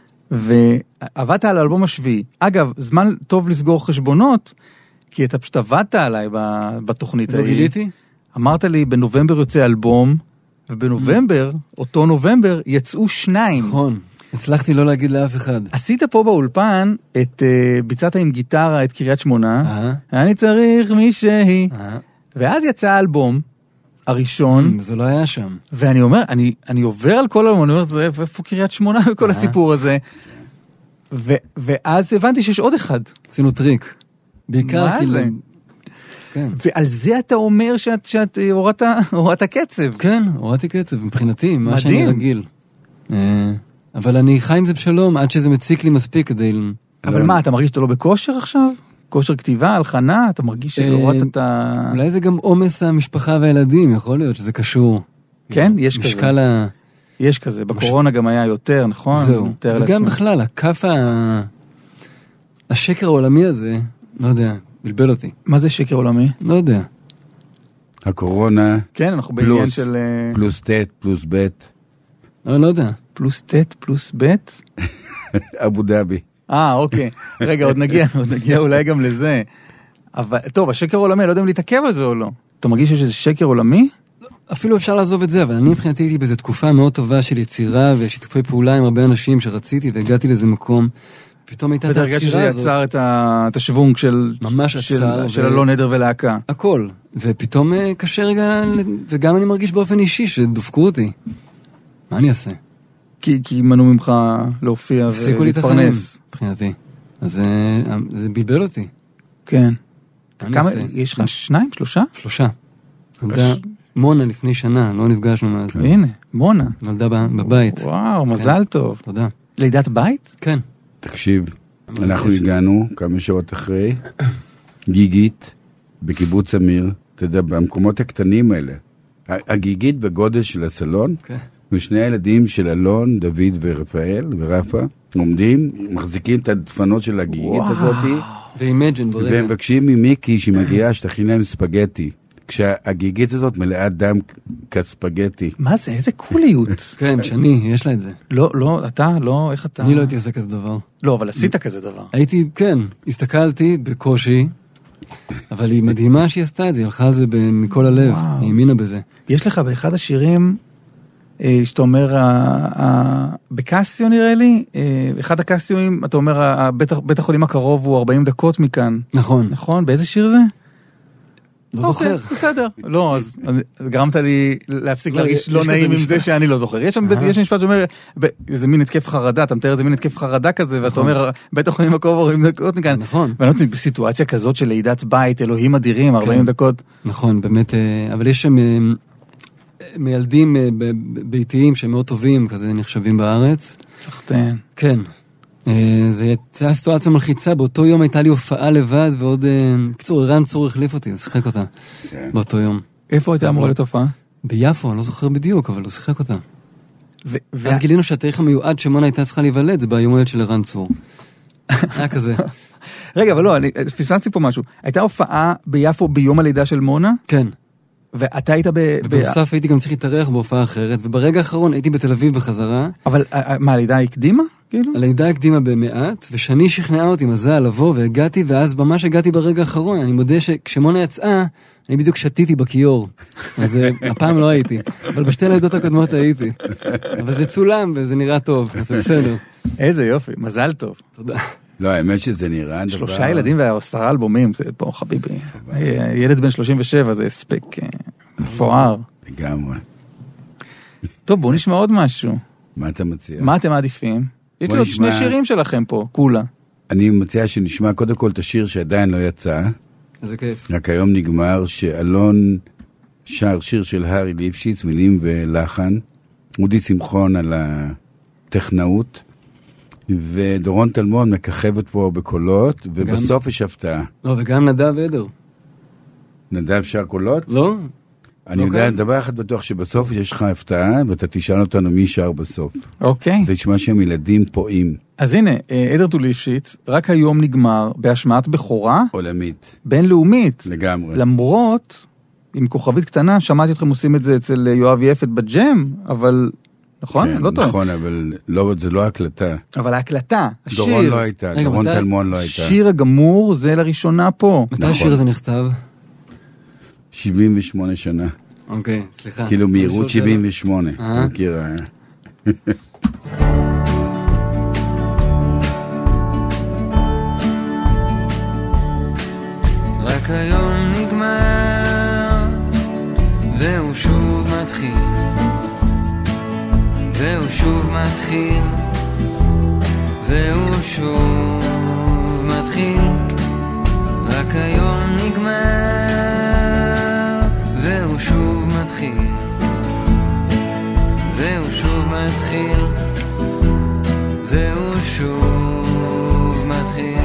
S1: ועבדת על האלבום השביעי. אגב, זמן טוב לסגור חשבונות, כי אתה פשוט עבדת עליי ב- בתוכנית
S4: לא
S1: ההיא.
S4: גיליתי?
S1: אמרת לי, בנובמבר יוצא אלבום, ובנובמבר, אותו נובמבר, יצאו שניים.
S4: נכון. הצלחתי לא להגיד לאף אחד.
S1: עשית פה באולפן את, uh, ביצעת עם גיטרה את קריית שמונה,
S4: אה,
S1: אני צריך מישהי,
S4: אה.
S1: ואז יצא האלבום הראשון,
S4: זה לא היה שם.
S1: ואני אומר, אני, אני עובר על כל האלבום, אני אומר, זה, איפה קריית שמונה וכל
S4: אה.
S1: הסיפור הזה, ו, ואז הבנתי שיש עוד אחד,
S4: עשינו טריק. בעיקר
S1: מה
S4: כאילו...
S1: זה?
S4: כן.
S1: ועל זה אתה אומר שאת, שאת אה, הורדת, הורדת קצב.
S4: כן, הורדתי קצב, מבחינתי, מה
S1: מדהים.
S4: שאני רגיל. אה, אבל אני חי עם זה בשלום, עד שזה מציק לי מספיק כדי...
S1: אבל מה, אתה מרגיש שאתה לא בכושר עכשיו? כושר כתיבה, הלחנה, אתה מרגיש שהורדת את ה...
S4: אולי זה גם עומס המשפחה והילדים, יכול להיות שזה קשור.
S1: כן, יש כזה.
S4: משקל ה...
S1: יש כזה, בקורונה גם היה יותר, נכון?
S4: זהו.
S1: יותר
S4: וגם
S1: לעצמי.
S4: בכלל, הכף ה... השקר העולמי הזה, לא יודע, בלבל אותי.
S1: מה זה שקר עולמי?
S4: לא יודע.
S3: הקורונה,
S1: כן, אנחנו בעניין
S3: פלוס,
S1: של... אה,
S3: פלוס ט', פלוס ב',
S4: לא, לא יודע.
S1: פלוס ט' פלוס ב'.
S3: אבו דאבי.
S1: אה, אוקיי. רגע, עוד נגיע, עוד נגיע אולי גם לזה. אבל, טוב, השקר עולמי, לא יודע אם להתעכב על זה או לא. אתה מרגיש שיש איזה שקר עולמי?
S4: אפילו אפשר לעזוב את זה, אבל אני מבחינתי הייתי באיזו תקופה מאוד טובה של יצירה ושיתופי פעולה עם הרבה אנשים שרציתי והגעתי לאיזה מקום. פתאום הייתה את
S1: ואתה הרגשת
S4: העצירה
S1: שזה
S4: הזאת.
S1: יצר את ה- את השוונג של...
S4: ממש
S1: של-
S4: עצר,
S1: של
S4: ו-
S1: אלון עדר ולהקה.
S4: הכל. ופתאום אה, קשה רגע, ל- וגם אני מרגיש באופן אישי שדופקו אותי. מה אני אעשה?
S1: כי כי מנעו ממך להופיע
S4: הפסיקו לי את החיים,
S1: ולהתפרנס.
S4: מבחינתי. אז אה, זה בלבל אותי.
S1: כן.
S4: מה אני
S1: כמה,
S4: אעשה?
S1: יש לך שניים, שלושה?
S4: שלושה. נולדה מונה לפני שנה, לא נפגשנו מאז.
S1: הנה, מונה.
S4: נולדה ב- בבית.
S1: וואו, מזל טוב.
S4: תודה.
S1: לידת בית?
S4: כן.
S3: תקשיב, אנחנו הגענו כמה שעות אחרי, גיגית, בקיבוץ אמיר, אתה יודע, במקומות הקטנים האלה. הגיגית בגודל של הסלון,
S4: כן.
S3: ושני הילדים של אלון, דוד ורפאל ורפה, עומדים, מחזיקים את הדפנות של הגיגית הזאת,
S4: ואימג'ן ברגע.
S3: והם מבקשים ממיקי שמגיעה שתכין להם ספגטי. כשהגיגית הזאת מלאת דם כספגטי.
S1: מה זה? איזה קוליות.
S4: כן, שני, יש לה את זה.
S1: לא, לא, אתה, לא, איך אתה...
S4: אני לא הייתי עושה כזה דבר.
S1: לא, אבל עשית כזה דבר.
S4: הייתי, כן, הסתכלתי בקושי, אבל היא מדהימה שהיא עשתה את זה, היא הלכה על זה ב- מכל הלב,
S1: וואו.
S4: היא האמינה בזה.
S1: יש לך באחד השירים, אה, שאתה אומר, ה- ה- בקסיו נראה לי, אה, אחד הקסיואים, אתה אומר, ה- בית ה- בית החולים הקרוב הוא ארבעים דקות מכאן.
S4: נכון,
S1: נכון? באיזה שיר זה?
S4: לא זוכר.
S1: אוקיי, בסדר. לא, אז אז גרמת לי להפסיק
S4: לא,
S1: להרגיש
S4: יש
S1: לא
S4: כזה
S1: נעים עם
S4: משפט.
S1: זה שאני לא זוכר. יש שם
S4: אהה.
S1: יש משפט שאומר, ב- איזה מין התקף חרדה, אתה מתאר איזה מין התקף חרדה כזה, ואתה
S4: נכון.
S1: אומר, בית החולים הקרוב ארבעים דקות מכאן.
S4: נכון.
S1: ואני לא יודעת, בסיטואציה כזאת של לידת בית, אלוהים אדירים, ארבעים
S4: כן.
S1: דקות.
S4: נכון, באמת, אה, אבל יש שם אה, מילדים אה, ב- ב- ביתיים שהם מאוד טובים, כזה נחשבים בארץ.
S1: סחטן.
S4: כן. אה, זה הייתה סיטואציה מלחיצה, באותו יום הייתה לי הופעה לבד, ועוד, אה, בקיצור, ערן צור החליף אותי, הוא שיחק אותה באותו יום.
S1: איפה הייתה אמורה להיות הופעה?
S4: ביפו, אני לא זוכר בדיוק, אבל הוא שיחק אותה.
S1: ו- ו-
S4: ואז גילינו שהתאריך המיועד שמונה הייתה צריכה להיוולד, זה ביום הולדת של ערן צור. היה כזה.
S1: רגע, אבל לא, אני פספסתי פה משהו. הייתה הופעה ביפו ביום הלידה של מונה?
S4: כן.
S1: ואתה היית ב...
S4: ובנוסף הייתי גם צריך להתארח בהופעה אחרת, וברגע האחרון הייתי בתל אביב בחזרה.
S1: אבל מה, הלידה הקדימה? כאילו?
S4: הלידה הקדימה במעט, ושני שכנעה אותי מזל לבוא, והגעתי, ואז ממש הגעתי ברגע האחרון. אני מודה שכשמונה יצאה, אני בדיוק שתיתי בכיור. אז הפעם לא הייתי, אבל בשתי לידות הקודמות הייתי. אבל זה צולם, וזה נראה טוב, אז זה בסדר.
S1: איזה יופי, מזל טוב.
S4: תודה.
S3: לא, האמת שזה נראה דבר...
S1: שלושה ילדים ועשרה אלבומים, זה פה חביבי. ילד בן שלושים ושבע, זה הספק מפואר.
S3: לגמרי.
S1: טוב, בואו נשמע עוד משהו.
S3: מה אתה מציע?
S1: מה אתם מעדיפים? יש לי עוד שני שירים שלכם פה, כולה.
S3: אני מציע שנשמע קודם כל את השיר שעדיין לא יצא.
S4: איזה כיף.
S3: רק היום נגמר שאלון שר שיר של הרי ליפשיץ, מילים ולחן. אודי שמחון על הטכנאות. ודורון תלמון מככבת פה בקולות, ובסוף יש הפתעה.
S4: לא, וגם נדב עדר.
S3: נדב שר קולות?
S4: לא.
S3: אני יודע, דבר אחד בטוח שבסוף יש לך הפתעה, ואתה תשאל אותנו מי שר בסוף.
S1: אוקיי.
S3: זה תשמע שהם ילדים פועים.
S1: אז הנה, עדר ליפשיץ, רק היום נגמר בהשמעת בכורה.
S3: עולמית.
S1: בינלאומית.
S3: לגמרי.
S1: למרות, עם כוכבית קטנה, שמעתי אתכם עושים את זה אצל יואב יפת בג'ם, אבל... נכון?
S3: כן,
S1: לא טוב.
S3: נכון, אבל לא, זה לא הקלטה.
S1: אבל ההקלטה, השיר.
S3: דורון לא הייתה,
S4: רגע,
S3: דורון
S4: מתי?
S3: תלמון לא הייתה.
S1: שיר הגמור זה לראשונה פה.
S4: מתי
S3: נכון.
S4: השיר הזה נכתב?
S3: שבעים ושמונה שנה.
S4: אוקיי, סליחה.
S3: כאילו מהירות שבעים ושמונה.
S4: אה.
S3: אתה מכיר, אה?
S5: רק היום נגמר, והוא שוב מתחיל, והוא שוב מתחיל, והוא שוב מתחיל. רק היום נגמר, והוא שוב מתחיל, והוא שוב מתחיל, והוא שוב מתחיל.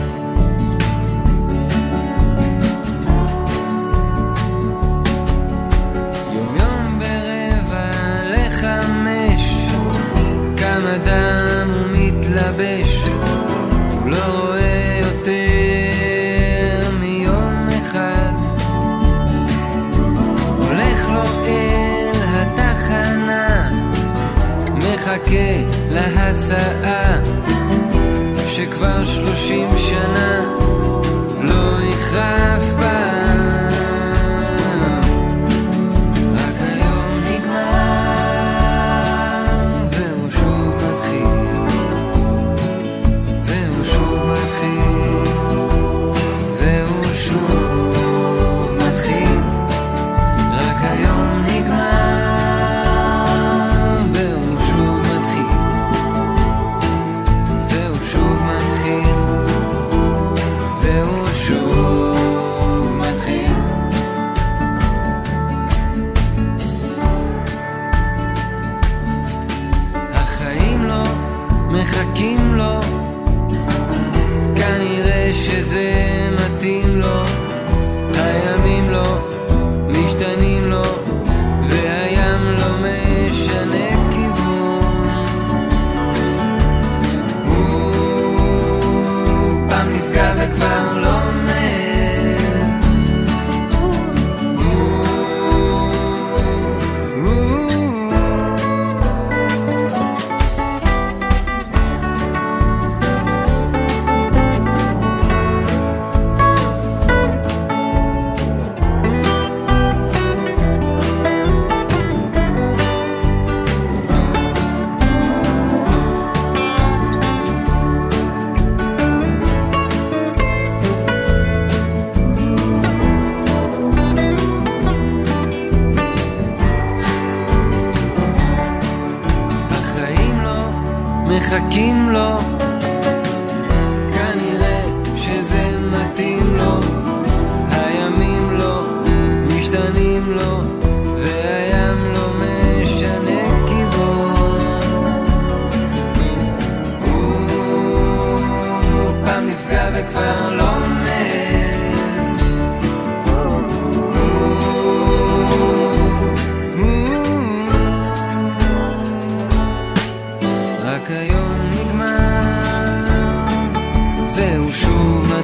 S5: יום יום ברבע לחמש, קם אדם ומתלבש, הוא לא רואה יותר מיום אחד. הולך לו אל התחנה, מחכה להסעה, שכבר שלושים שנה לא יחרף בה. רק היום נגמר, והוא שוב מתחיל, והוא שוב מתחיל, והוא שוב מתחיל. רק היום נגמר, והוא שוב מתחיל, והוא שוב מתחיל, והוא שוב מתחיל. החיים לא מחכים לו, כנראה שזה מתאים לו. הימים לא משתנים לו, והים לא משנה כיוון. הוא פעם נפגע וכבר לא מעז. הוא החיים לא מחכים לו, כנראה שזה מתאים לו. הימים לא משתנים לו, והים לא משנה כיוון. הוא פעם נפגע וכבר לא מעז. רק היום נגמר, והוא שוב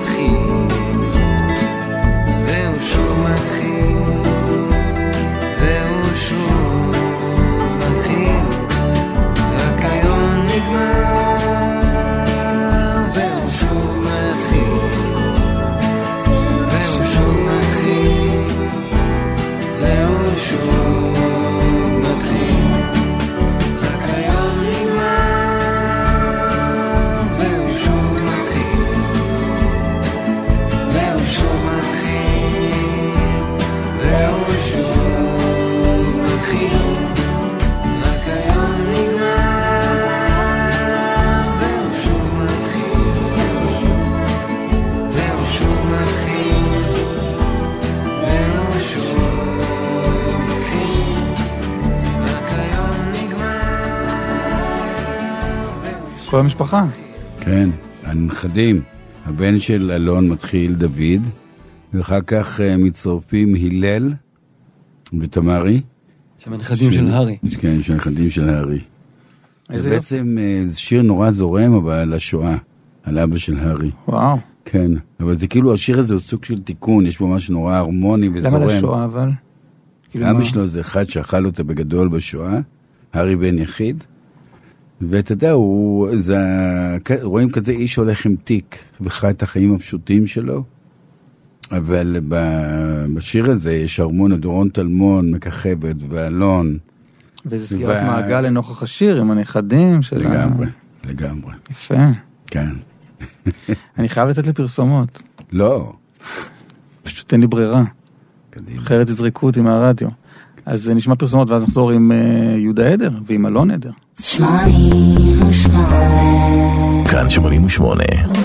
S1: כל המשפחה.
S3: כן, הנכדים. הבן של אלון מתחיל דוד, ואחר כך uh, מצטרפים הלל ותמרי.
S4: שהם הנכדים של הארי.
S3: כן, של הנכדים של הארי.
S1: איזה
S3: בעצם uh, זה שיר נורא זורם, אבל על השואה, על אבא של הארי.
S1: וואו.
S3: כן, אבל זה כאילו, השיר הזה הוא סוג של תיקון, יש בו משהו נורא הרמוני וזורם.
S1: למה לשואה אבל?
S3: אבא שלו זה אחד שאכל אותה בגדול בשואה, הארי בן יחיד, ואתה יודע, הוא, זה, רואים כזה איש הולך עם תיק, וחי את החיים הפשוטים שלו, אבל בשיר הזה יש הרמון, דורון טלמון, מככבת, ואלון.
S1: וזה סגירת מעגל לנוכח השיר, עם הנכדים של ה...
S3: לגמרי, לגמרי.
S1: יפה.
S3: כן.
S1: אני חייב לתת לפרסומות.
S3: לא.
S1: פשוט תן לי ברירה.
S3: קדימה.
S1: אחרת יזרקו אותי מהרדיו. אז נשמע פרסומות, ואז נחזור עם יהודה עדר, ועם אלון עדר.
S2: שמונים ושמונה כאן שמונים ושמונה.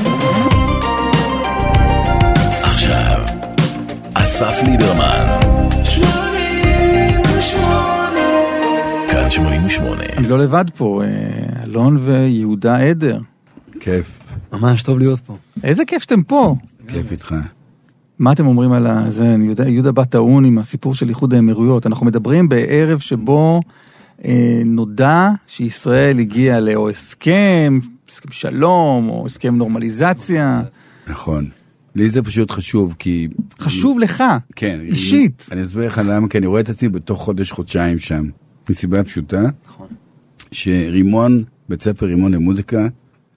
S2: עכשיו אסף ליברמן שמונים ושמונה כאן שמונים ושמונה.
S1: אני לא לבד פה, אלון ויהודה עדר.
S3: כיף.
S4: ממש טוב להיות פה.
S1: איזה כיף שאתם פה.
S3: כיף איתך.
S1: מה אתם אומרים על זה? אני יודע, יהודה בא טעון עם הסיפור של איחוד האמירויות. אנחנו מדברים בערב שבו אה, נודע שישראל הגיעה לאו הסכם, הסכם שלום, או הסכם נורמליזציה.
S3: נכון. לי זה פשוט חשוב, כי...
S1: חשוב לך,
S3: כן.
S1: אישית.
S3: אני, אני אסביר לך למה, כי אני רואה את עצמי בתוך חודש, חודשיים שם. מסיבה פשוטה,
S4: נכון.
S3: שרימון, בית ספר רימון למוזיקה,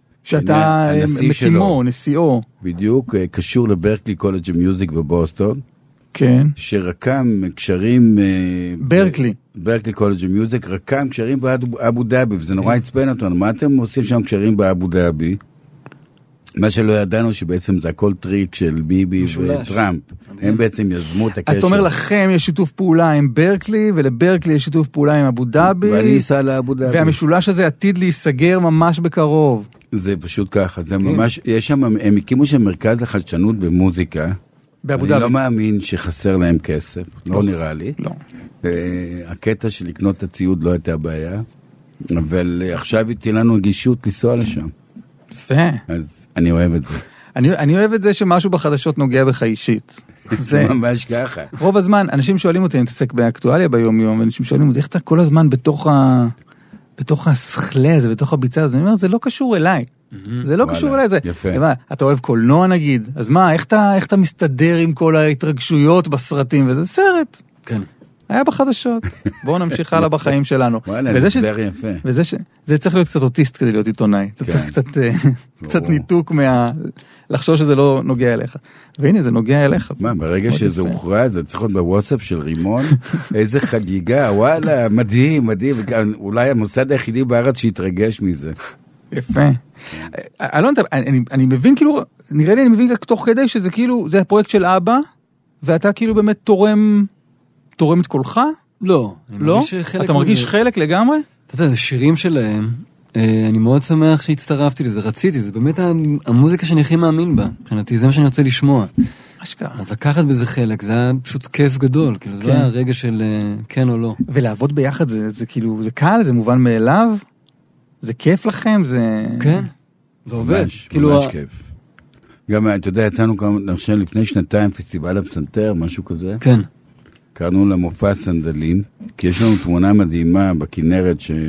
S1: שאתה מקימו, נשיאו.
S3: בדיוק, קשור לברקלי קולג' מיוזיק בבוסטון.
S1: כן.
S3: שרקם קשרים...
S1: ברקלי.
S3: ברקלי קולג' מיוזיק, רקם קשרים באבו דאבי, וזה נורא עצבן אותנו. מה אתם עושים שם קשרים באבו דאבי? מה שלא ידענו שבעצם זה הכל טריק של ביבי וטראמפ. הם בעצם יזמו את הקשר.
S1: אז אתה אומר לכם יש שיתוף פעולה עם ברקלי, ולברקלי יש שיתוף פעולה עם אבו דאבי.
S3: ואני אסע לאבו דאבי.
S1: והמשולש הזה עתיד להיסגר ממש בקרוב.
S3: זה פשוט ככה, זה ממש, יש שם, הם הקימו שם מרכז לחדשנות במוזיקה.
S1: באבו
S3: דאבי. אני לא מאמין שחסר להם כסף, לא נראה לי.
S1: לא.
S3: הקטע של לקנות את הציוד לא הייתה בעיה, אבל עכשיו תהיה לנו גישות לנסוע לשם.
S1: יפה.
S3: אז אני אוהב את זה.
S1: אני, אני אוהב את זה שמשהו בחדשות נוגע בך אישית.
S3: זה ממש ככה.
S1: רוב הזמן, אנשים שואלים אותי, אני מתעסק באקטואליה ביום יום, אנשים שואלים אותי, איך אתה כל הזמן בתוך ה... בתוך השכלה הזה, בתוך הביצה הזאת, אני אומר, זה לא קשור אליי. זה לא קשור אליי, זה...
S3: יפה.
S1: אתה אוהב קולנוע נגיד, אז מה, איך אתה, איך אתה מסתדר עם כל ההתרגשויות בסרטים, וזה סרט.
S4: כן.
S1: היה בחדשות. בואו נמשיך הלאה בחיים שלנו.
S3: וואלה, זה סדר יפה.
S1: וזה ש... זה צריך להיות קצת אוטיסט כדי להיות עיתונאי. אתה צריך קצת, קצת ניתוק מה... לחשוב שזה לא נוגע אליך. והנה, זה נוגע אליך.
S3: מה, ברגע שזה הוכרע, זה צריך להיות בוואטסאפ של רימון, איזה חגיגה, וואלה, מדהים, מדהים, אולי המוסד היחידי בארץ שהתרגש מזה.
S1: יפה. אלון, אני, אני מבין כאילו, נראה לי אני מבין תוך כדי שזה כאילו, זה הפרויקט של אבא, ואתה כאילו באמת תורם, תורם את קולך?
S4: לא.
S1: לא? אתה מרגיש חלק לגמרי?
S4: אתה יודע, זה שירים שלהם, אני מאוד שמח שהצטרפתי לזה, רציתי, זה באמת המוזיקה שאני הכי מאמין בה, מבחינתי, זה מה שאני רוצה לשמוע.
S1: אשכרה.
S4: אז לקחת בזה חלק, זה היה פשוט כיף גדול, כאילו זה היה הרגע של כן או לא.
S1: ולעבוד ביחד זה, זה כאילו, זה קל, זה מובן מאליו, זה כיף לכם, זה...
S4: כן, זה עובד.
S3: ממש, ממש כיף. גם, אתה יודע, יצאנו גם, למשל, לפני שנתיים, פסטיבל הפסנתר, משהו כזה.
S4: כן.
S3: קראנו למופע סנדלים, כי יש לנו תמונה מדהימה בכנרת, ש...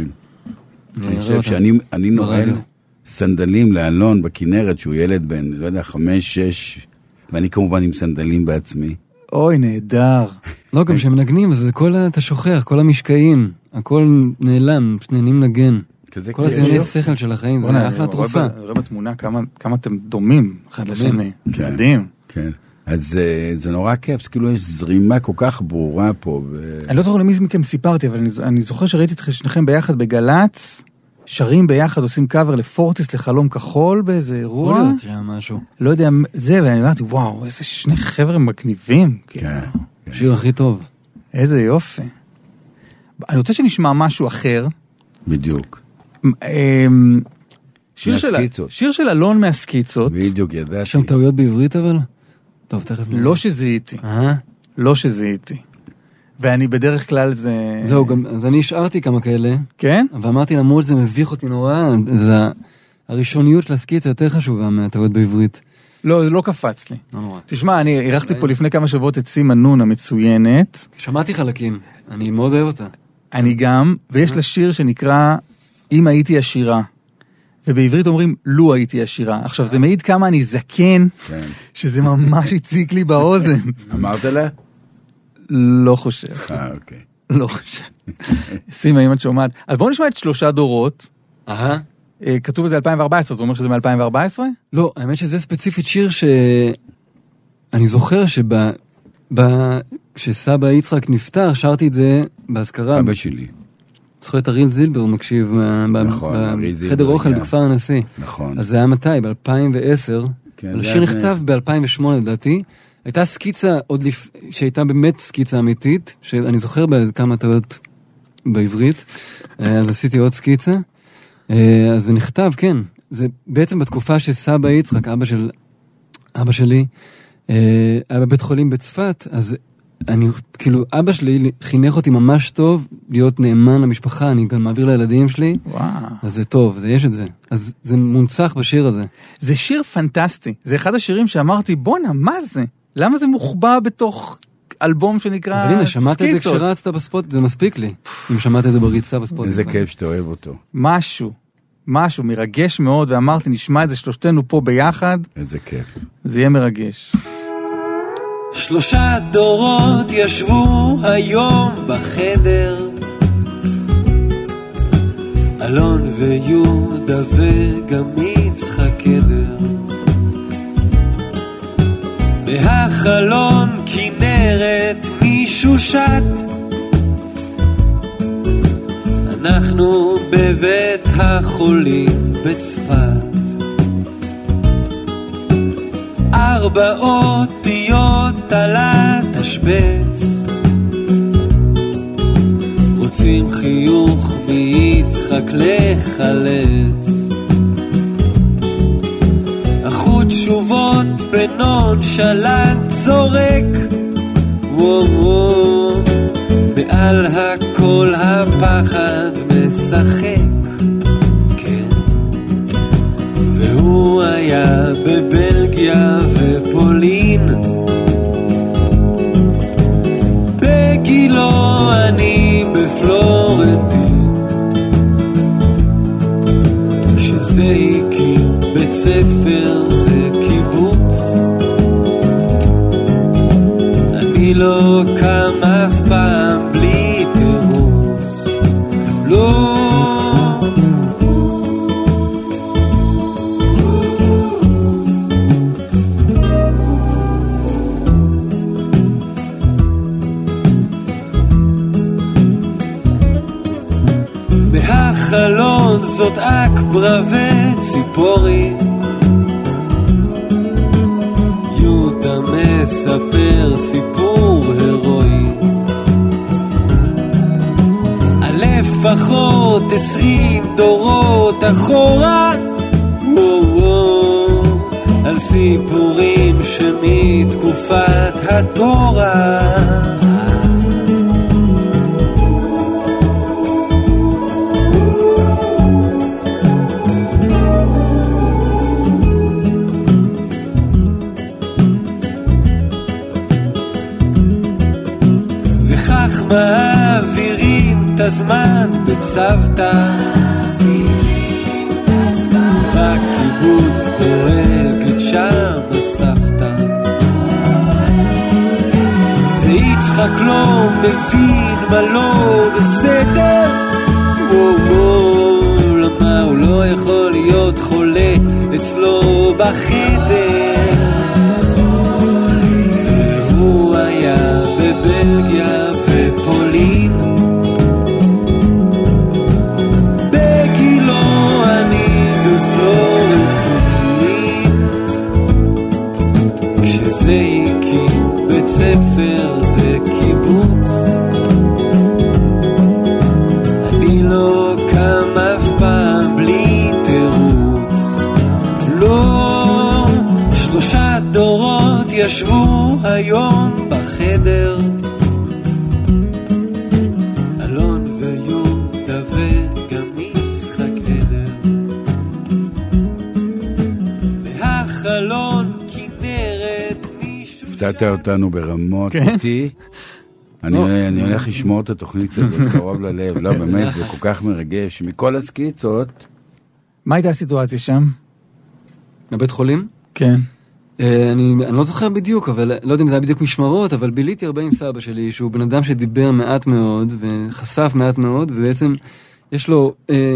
S3: אני חושב שאני נורא סנדלים לאלון בכנרת, שהוא ילד בן, לא יודע, חמש, שש, ואני כמובן עם סנדלים בעצמי.
S1: אוי, נהדר.
S4: לא, גם שמנגנים, זה כל, אתה שוכח, כל המשקעים, הכל נעלם, פשוט נהנים נגן. כל הציוני שכל של החיים, זה אחלה תרופה.
S1: אני רואה בתמונה כמה אתם דומים אחד לשני. מדהים.
S3: כן. אז זה נורא כיף, כאילו יש זרימה כל כך ברורה פה.
S1: אני לא זוכר למי מכם סיפרתי, אבל אני זוכר שראיתי את שניכם ביחד בגלץ, שרים ביחד, עושים קאבר לפורטיס לחלום כחול באיזה אירוע.
S4: יכול להיות שהיה משהו.
S1: לא יודע, זה, ואני אמרתי, וואו, איזה שני חבר'ה מגניבים.
S3: כן.
S4: שיר הכי טוב.
S1: איזה יופי. אני רוצה שנשמע משהו אחר.
S3: בדיוק.
S1: שיר של אלון מהסקיצות.
S3: בדיוק, ידעתי.
S4: יש שם טעויות בעברית אבל? טוב, תכף נראה.
S1: לא שזיהיתי. לא שזיהיתי. ואני בדרך כלל זה...
S4: זהו, גם, אז אני השארתי כמה כאלה.
S1: כן?
S4: ואמרתי למרות זה מביך אותי נורא, זה הראשוניות של הסקיצה יותר חשובה מהטעות בעברית.
S1: לא, זה לא קפץ לי.
S4: לא נורא.
S1: תשמע, אני אירחתי פה לפני כמה שבועות את סימה נון המצוינת.
S4: שמעתי חלקים, אני מאוד אוהב אותה.
S1: אני גם, ויש לה שיר שנקרא אם הייתי עשירה. ובעברית אומרים, לו הייתי עשירה. עכשיו, זה מעיד כמה אני זקן, שזה ממש הציק לי באוזן.
S3: אמרת לה?
S1: לא חושב.
S3: אה, אוקיי.
S1: לא חושב. סימה, אם את שומעת. אז בואו נשמע את שלושה דורות.
S4: אהה.
S1: כתוב את זה אלפיים וארבע עשרה, זה אומר שזה מ-אלפיים וארבע עשרה?
S4: לא, האמת שזה ספציפית שיר ש... אני זוכר שב... ב... כשסבא יצחק נפטר, שרתי את זה בהזכרה.
S3: אבא שלי.
S4: זוכר את אריל זילבר, הוא מקשיב
S3: נכון, אריל זילבר,
S4: בחדר אוכל
S3: כן.
S4: בכפר הנשיא.
S3: נכון.
S4: אז זה היה מתי? ב-אלפיים ועשר.
S3: כן,
S4: השיר נכתב ב-אלפיים ושמונה לדעתי. הייתה סקיצה עוד לפ... שהייתה באמת סקיצה אמיתית, שאני זוכר בכמה טעויות בעברית, אז עשיתי עוד סקיצה. אז זה נכתב, כן. זה בעצם בתקופה שסבא יצחק, אבא של אבא שלי, היה בבית חולים בצפת, אז אני, כאילו, אבא שלי חינך אותי ממש טוב להיות נאמן למשפחה, אני גם מעביר לילדים שלי.
S1: וואו.
S4: אז זה טוב, זה יש את זה. אז זה מונצח בשיר הזה.
S1: זה שיר פנטסטי. זה אחד השירים שאמרתי, בונה, מה זה? למה זה מוחבא בתוך אלבום שנקרא
S4: אבל הנה, שמעת את זה
S1: סקיצות?
S4: כשרצת בספוט, זה מספיק לי. אם שמעת את זה בריצה בספוט.
S3: איזה כיף שאתה אוהב אותו.
S1: משהו, משהו, מרגש מאוד, ואמרתי, נשמע את זה שלושתנו פה ביחד.
S3: איזה כיף.
S1: זה יהיה מרגש.
S5: שלושה דורות ישבו היום בחדר, אלון ויהודה וגם יצחק קדר, בהחלון כנרת משושת, אנחנו בבית החולים בצפת, ארבע אותיות על התשבץ, רוצים חיוך מיצחק לחלץ, החוט שובות בנון שלט זורק, וואו וואו, מעל הכל הפחד משחק, כן, והוא היה בבלגיה ופולין, בגילו אני בפלורנטין, כשזה הקים בית ספר זה קיבוץ, אני לא קם אף פעם בלי תירוץ, לא. מהחלון זאת אקברה וציפורי, יהודה מספר סיפור הרואי, על לפחות עשרים דורות אחורה, וואו וואו, על סיפורים שמתקופת התורה, מעבירים את הזמן בצוותא, בקיבוץ דואגת שם הסבתא, ויצחק לא מבין מה לא בסדר, וואו וואו, למה הוא לא יכול להיות חולה אצלו בחדר, והוא היה בבלגיה פולין, בגילו אני בפלורנטין, כשזה הקים בית ספר זה קיבוץ, אני לא קם אף פעם בלי תירוץ, לא. שלושה דורות ישבו היום בחדר, אלון ויהודה וגם יצחק קדר,
S3: הפתעת אותנו ברמות אותי. אני הולך לשמור את התוכנית הזאת קרוב ללב. לא, באמת, זה כל כך מרגש. מכל הסקיצות...
S1: מה הייתה הסיטואציה שם?
S4: בבית חולים?
S1: כן.
S4: אני לא זוכר בדיוק, אבל לא יודע אם זה היה בדיוק משמרות, אבל ביליתי הרבה עם סבא שלי, שהוא בן אדם שדיבר מעט מאוד, וחשף מעט מאוד, ובעצם יש לו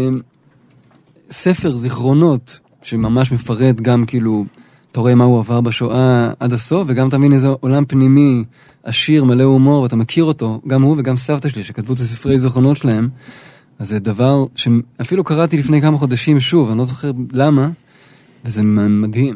S4: ספר זיכרונות, שממש מפרט גם כאילו, אתה רואה מה הוא עבר בשואה עד הסוף, וגם אתה מבין איזה עולם פנימי, עשיר, מלא הומור, ואתה מכיר אותו, גם הוא וגם סבתא שלי, שכתבו את הספרי זיכרונות שלהם, אז זה דבר שאפילו קראתי לפני כמה חודשים שוב, אני לא זוכר למה, וזה מדהים.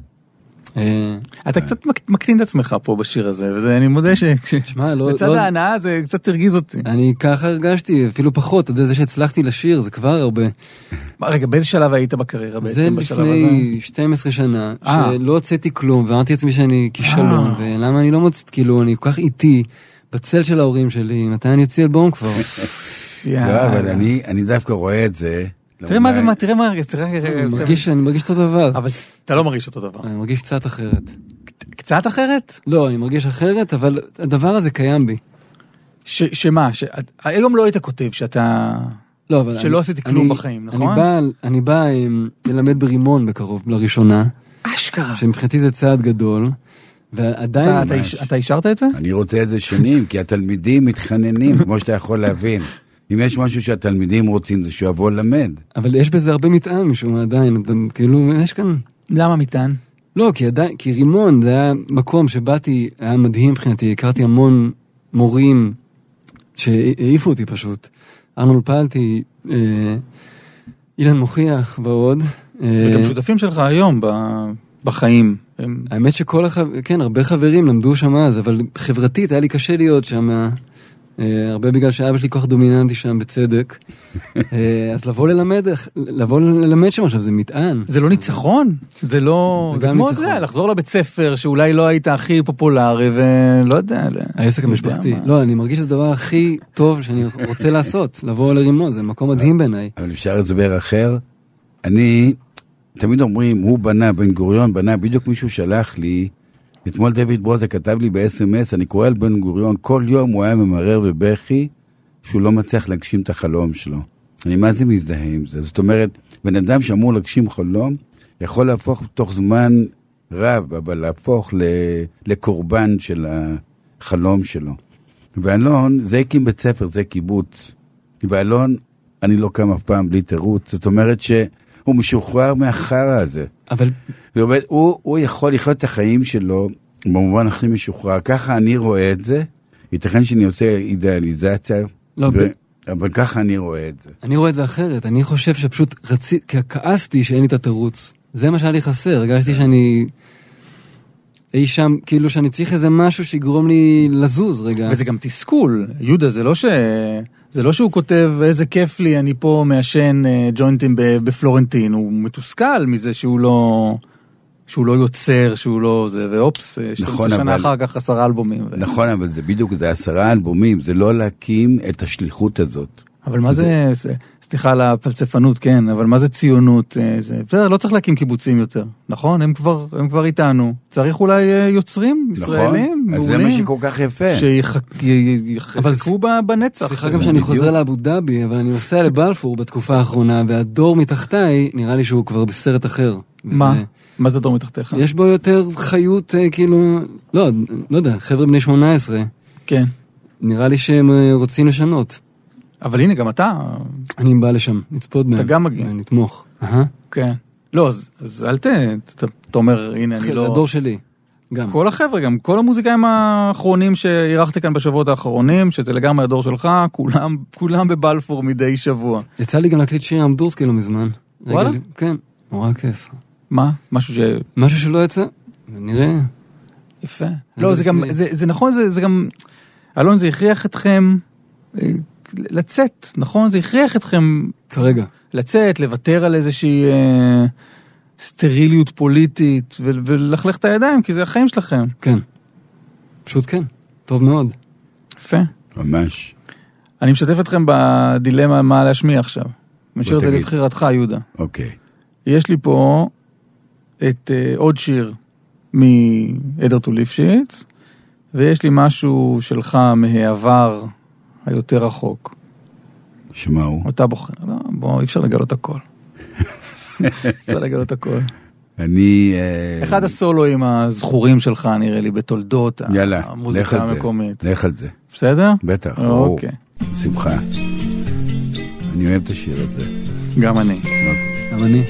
S1: אתה קצת מקטין את עצמך פה בשיר הזה, ואני מודה שבצד ההנאה זה קצת תרגיז אותי.
S4: אני ככה הרגשתי, אפילו פחות, אתה יודע, זה שהצלחתי לשיר, זה כבר הרבה.
S1: רגע, באיזה שלב היית בקריירה בעצם בשלב הזה?
S4: זה לפני שתים עשרה שנה, שלא הוצאתי כלום, ואמרתי לעצמי שאני כישלון, ולמה אני לא מוצאת, כאילו, אני כל כך איטי, בצל של ההורים שלי, מתי אני יוציא אלבום כבר?
S3: לא, אבל אני דווקא רואה את זה,
S1: תראה מה זה, מה, תראה מה,
S4: אני מרגיש, אני מרגיש אותו דבר.
S1: אבל אתה לא מרגיש אותו דבר.
S4: אני מרגיש קצת אחרת.
S1: קצת אחרת?
S4: לא, אני מרגיש אחרת, אבל הדבר הזה קיים בי.
S1: שמה? היום לא היית כותב שאתה...
S4: לא, אבל...
S1: שלא עשיתי כלום בחיים, נכון?
S4: אני בא ללמד ברימון בקרוב, לראשונה.
S1: אשכרה.
S4: שמבחינתי זה צעד גדול, ועדיין...
S1: אתה אישרת את זה?
S3: אני רוצה את זה שנים, כי התלמידים מתחננים, כמו שאתה יכול להבין. אם יש משהו שהתלמידים רוצים, זה שהוא יבוא למד.
S4: אבל יש בזה הרבה מטען משום עדיין, כאילו, יש כאן...
S1: למה מטען?
S4: לא, כי עדיין, כי רימון זה היה מקום שבאתי, היה מדהים מבחינתי, הכרתי המון מורים שהעיפו אותי פשוט. ארנול פלטי, אה, אילן מוכיח ועוד.
S1: וגם אה, שותפים שלך היום בחיים. הם...
S4: האמת שכל החב... כן, הרבה חברים למדו שם אז, אבל חברתית היה לי קשה להיות שם... הרבה בגלל שאבא שלי כוח דומיננטי שם בצדק. אז לבוא ללמד, לבוא ללמד שם עכשיו, זה מטען.
S1: זה לא ניצחון? זה לא... זה כמו זה, לחזור לבית ספר שאולי לא היית הכי פופולרי ולא יודע...
S4: העסק המשפחתי. לא, אני מרגיש שזה הדבר הכי טוב שאני רוצה לעשות, לבוא לרימון, זה מקום מדהים בעיניי.
S3: אבל אפשר הסבר אחר. אני, תמיד אומרים, הוא בנה, בן גוריון בנה, בדיוק מישהו שלח לי, אתמול דוד ברוזה כתב לי ב-אס אם אס, אני קורא על בן גוריון, כל יום הוא היה ממרר בבכי, שהוא לא מצליח להגשים את החלום שלו. אני מה זה מזדהה עם זה? זאת אומרת, בן אדם שאמור להגשים חלום, יכול להפוך תוך זמן רב, אבל להפוך לקורבן של החלום שלו. ואלון, זה הקים בית ספר, זה קיבוץ. ואלון, אני לא קם אף פעם בלי תירוץ. זאת אומרת שהוא משוחרר מהחרא הזה.
S4: אבל...
S3: באמת, הוא, הוא יכול לחיות את החיים שלו במובן הכי משוחרר. ככה אני רואה את זה. ייתכן שאני עושה אידיאליזציה.
S4: לא,
S3: ו...
S4: ב...
S3: אבל ככה אני רואה את זה.
S4: אני רואה את זה אחרת. אני חושב שפשוט רצי... כעסתי שאין לי את התירוץ. זה מה שהיה לי חסר. הרגשתי שאני... אי שם, כאילו שאני צריך איזה משהו שיגרום לי לזוז רגע.
S1: וזה גם תסכול. יהודה, זה לא ש... זה לא שהוא כותב, איזה כיף לי, אני פה מעשן ג'וינטים בפלורנטין. הוא מתוסכל מזה שהוא לא... שהוא לא יוצר, שהוא לא זה, ואופס,
S3: נכון,
S1: שנה
S3: אבל...
S1: אחר כך עשרה אלבומים.
S3: נכון, ו... אבל זה בדיוק, זה עשרה אלבומים, זה לא להקים את השליחות הזאת.
S1: אבל מה זה, זה... סליחה על הפלצפנות, כן, אבל מה זה ציונות? זה... בסדר, לא צריך להקים קיבוצים יותר, נכון? הם כבר, הם כבר איתנו. צריך אולי יוצרים,
S3: נכון,
S1: ישראלים,
S3: אז זה מה שכל כך יפה.
S1: שיחקו בנצח.
S4: סליחה גם שאני חוזר לאבו דאבי, אבל אני נוסע לבלפור בתקופה האחרונה, והדור מתחתיי, נראה לי שהוא כבר בסרט אחר.
S1: מה? מה זה דור מתחתיך?
S4: יש בו יותר חיות, כאילו, לא, לא יודע, חבר'ה בני שמונה עשרה.
S1: כן.
S4: נראה לי שהם רוצים לשנות.
S1: אבל הנה, גם אתה...
S4: אני בא לשם, נצפות בהם.
S1: אתה גם מגיע.
S4: נתמוך.
S1: כן. לא, אז אל ת... אתה אומר, הנה, אני לא...
S4: זה הדור שלי. גם.
S1: כל החבר'ה, גם כל המוזיקאים האחרונים שעירכתי כאן בשבועות האחרונים, שזה לגמרי הדור שלך, כולם, כולם בבלפור מדי שבוע.
S4: יצא לי גם להקליט שיר אמדורסקי לא מזמן.
S1: וואלה?
S4: כן, נורא כיף.
S1: מה? משהו ש...
S4: משהו שלא יצא, נראה.
S1: יפה. לא, זה גם, זה, זה נכון, זה, זה גם, אלון, זה הכריח אתכם לצאת, נכון? זה הכריח אתכם...
S4: כרגע.
S1: לצאת, לוותר על איזושהי אה, סטריליות פוליטית, ו- ולחלך את הידיים, כי זה החיים שלכם.
S4: כן. פשוט כן. טוב מאוד.
S1: יפה.
S3: ממש.
S1: אני משתף אתכם בדילמה מה להשמיע עכשיו. משאיר את זה לבחירתך, יהודה.
S3: אוקיי.
S1: יש לי פה... את uh, עוד שיר מעדר טו ליפשיץ, ויש לי משהו שלך מהעבר היותר רחוק.
S3: שמה הוא?
S1: אתה בוחר, לא, בוא, אי אפשר לגלות הכל. אפשר לגלות הכל.
S3: אני...
S1: אחד הסולואים הזכורים שלך, נראה לי, בתולדות המוזיקה המקומית.
S3: לך על זה.
S1: בסדר?
S3: בטח,
S1: אוקיי.
S3: שמחה. אני אוהב את השיר הזה.
S1: גם אני.
S3: אוקיי.
S4: גם אני.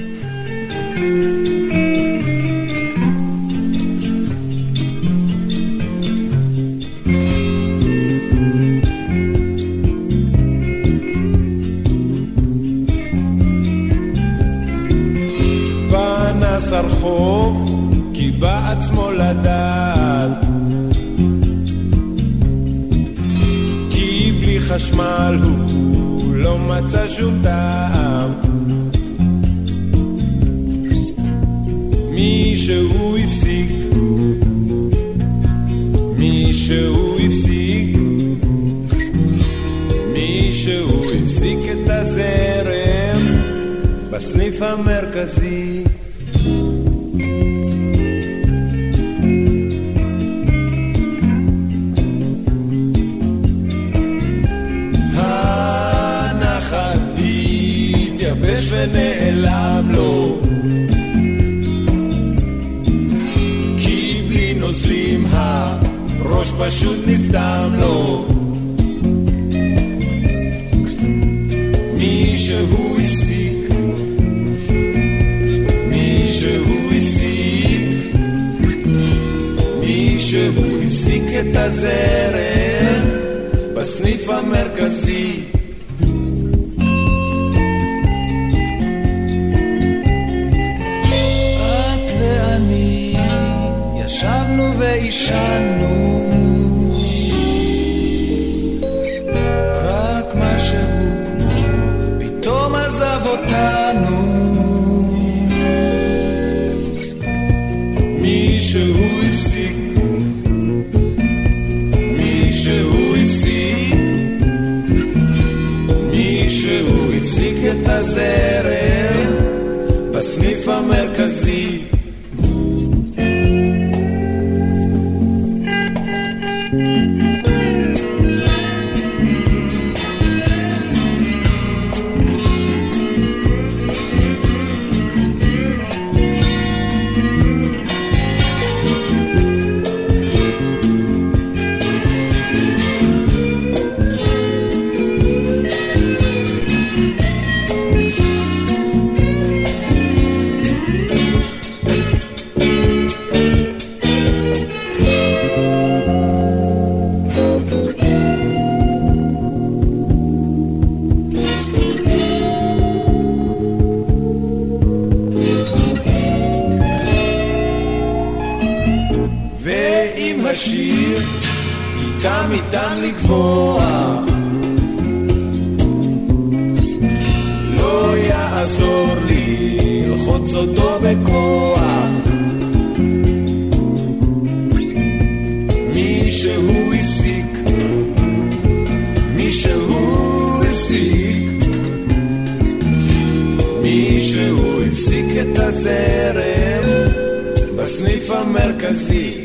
S6: פנס הרחוב כי בעצמו לדעת כי בלי חשמל הוא לא מצא שום טעם מישהו הפסיק מישהו הפסיק מישהו הפסיק את הזרם בסניף המרכזי הנחל התייבש ונעלם לו כי בלי נוזלים הראש פשוט נסתם לו מישהו הפסיק מישהו הפסיק מישהו הפסיק את הזרם בסניף המרכזי את ואני ישבנו ואישנו רק משהו כמו פתאום עזב אותנו מישהו הפסיק מישהו הפסיק מישהו הפסיק את הזרם בסניף המרכזי השיר איתם איתם לגבוה לא יעזור לי ללחוץ אותו בכוח מישהו הפסיק מישהו הפסיק מישהו הפסיק את הזרם בסניף המרכזי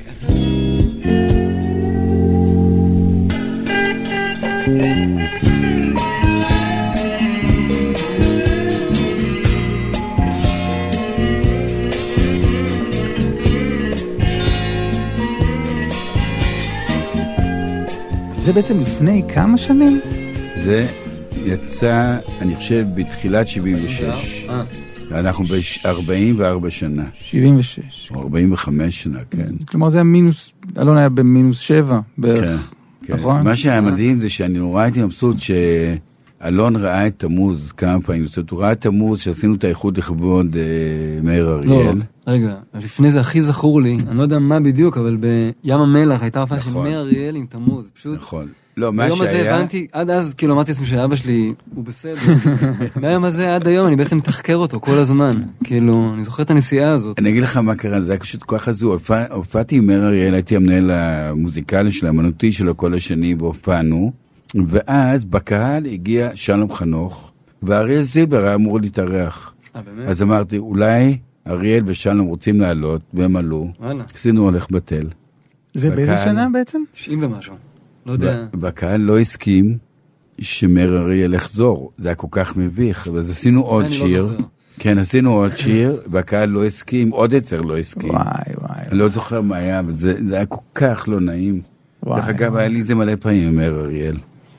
S1: זה בעצם לפני כמה שנים?
S3: זה יצא, אני חושב, בתחילת שבעים ושש. אנחנו ב-ארבעים וארבע שנה.
S1: שבעים ושש.
S3: או ארבעים וחמש שנה, כן.
S1: כלומר, זה היה מינוס, אלון היה במינוס שבע בערך.
S3: כן, כן. מה שהיה מדהים זה שאני נורא הייתי מבסוט שאלון ראה את תמוז כמה פעמים. זאת אומרת, הוא ראה את תמוז שעשינו את האיחוד לכבוד מאיר אריאל.
S4: לא, רגע, לפני זה הכי זכור לי, אני לא יודע מה בדיוק, אבל בים המלח הייתה הופעה של מאיר אריאל עם תמוז. פשוט... נכון.
S3: לא, מה
S4: שהיה... ביום הזה הבנתי, עד אז כאילו אמרתי לעצמי שאבא שלי הוא בסדר. מהיום הזה עד היום אני בעצם מתחקר אותו כל הזמן. כאילו, אני זוכר את הנסיעה הזאת.
S3: אני אגיד לך מה קרה, זה היה פשוט כל כך חזור. הופעתי עם מאיר אריאל, הייתי המנהל המוזיקלי של האמנותי שלו כל השני, והופענו, ואז בקהל הגיע שלום חנוך, ואריאל זילבר היה אמור להתארח. אז אמרתי, אולי אריאל ושלום רוצים לעלות, והם עלו. עשינו הולך בטל.
S1: זה באיזה שנה בעצם?
S4: תשעים ומשהו. לא יודע.
S3: והקהל לא הסכים שמר אריאל יחזור. זה היה כל כך מביך. אז עשינו עוד שיר. כן, עשינו עוד שיר, והקהל לא הסכים, עוד יותר לא הסכים.
S1: וואי, וואי.
S3: אני לא זוכר מה היה, אבל זה היה כל כך לא נעים. דרך אגב, היה לי את זה מלא פעמים, אומר אריאל.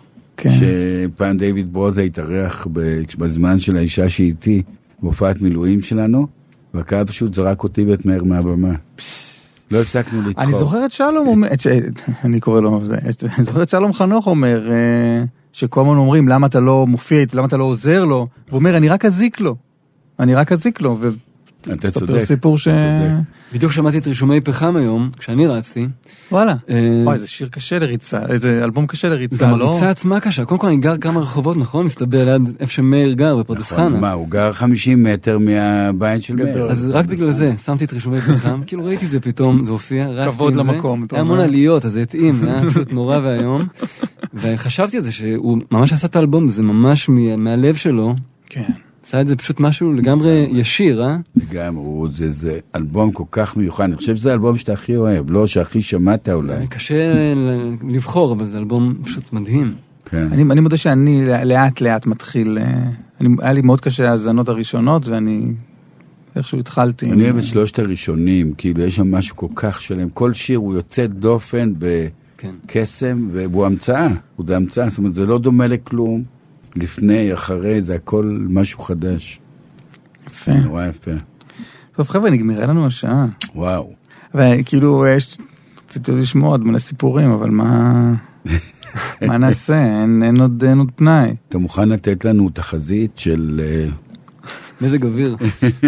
S3: שפעם דיוויד ברוזה התארח בזמן של האישה שאיתי, בהופעת מילואים שלנו, והקהל פשוט זרק אותי ואת מהר מהבמה. לא הפסקנו לצחוק.
S1: אני זוכר את שלום, אני קורא לו, אני זוכר את שלום חנוך אומר, שכל הזמן אומרים, למה אתה לא מופיע, למה אתה לא עוזר לו, והוא אומר, אני רק אזיק לו. אני רק אזיק לו, וספר סיפור ש...
S4: בדיוק שמעתי את רישומי פחם היום, כשאני רצתי.
S1: וואלה. וואי, זה שיר קשה לריצה, זה אלבום קשה לריצה, לא?
S4: גם הריצה עצמה קשה. קודם כל אני גר כמה רחובות, נכון? מסתבר ליד איפה שמאיר גר, בפרדס חנה.
S3: מה, הוא גר חמישים מטר מהבית של מאיר.
S4: אז רק בגלל זה, שמתי את רישומי פחם, כאילו ראיתי את זה פתאום, זה הופיע, רצתי עם זה.
S1: כבוד למקום.
S4: היה המון עליות, אז זה התאים, היה פשוט נורא והיום. וחשבתי על זה שהוא ממש עשה את האלבום, זה ממש מהלב שלו.
S1: כן.
S4: עשה את זה פשוט משהו לגמרי ישיר, אה?
S3: לגמרי, זה, זה אלבום כל כך מיוחד. אני חושב שזה אלבום שאתה הכי אוהב, לא שהכי שמעת אולי.
S4: קשה לבחור, אבל זה אלבום פשוט מדהים.
S3: כן.
S1: אני, אני מודה שאני לאט לאט מתחיל, אני, היה לי מאוד קשה ההזנות הראשונות, ואני איכשהו התחלתי.
S3: אני אוהב את שלושת הראשונים, כאילו יש שם משהו כל כך שלם. כל שיר הוא יוצא דופן בקסם, והוא המצאה. הוא זה המצאה, זאת אומרת, זה לא דומה לכלום. לפני, אחרי, זה הכל משהו חדש.
S1: יפה.
S3: נורא יפה.
S1: טוב, חבר'ה, נגמרה לנו השעה.
S3: וואו.
S1: וכאילו, יש קצת עוד לשמוע עוד מלא סיפורים, אבל מה... מה נעשה? אין, אין עוד, אין עוד פנאי.
S3: אתה מוכן לתת לנו תחזית של...
S4: מזג אוויר.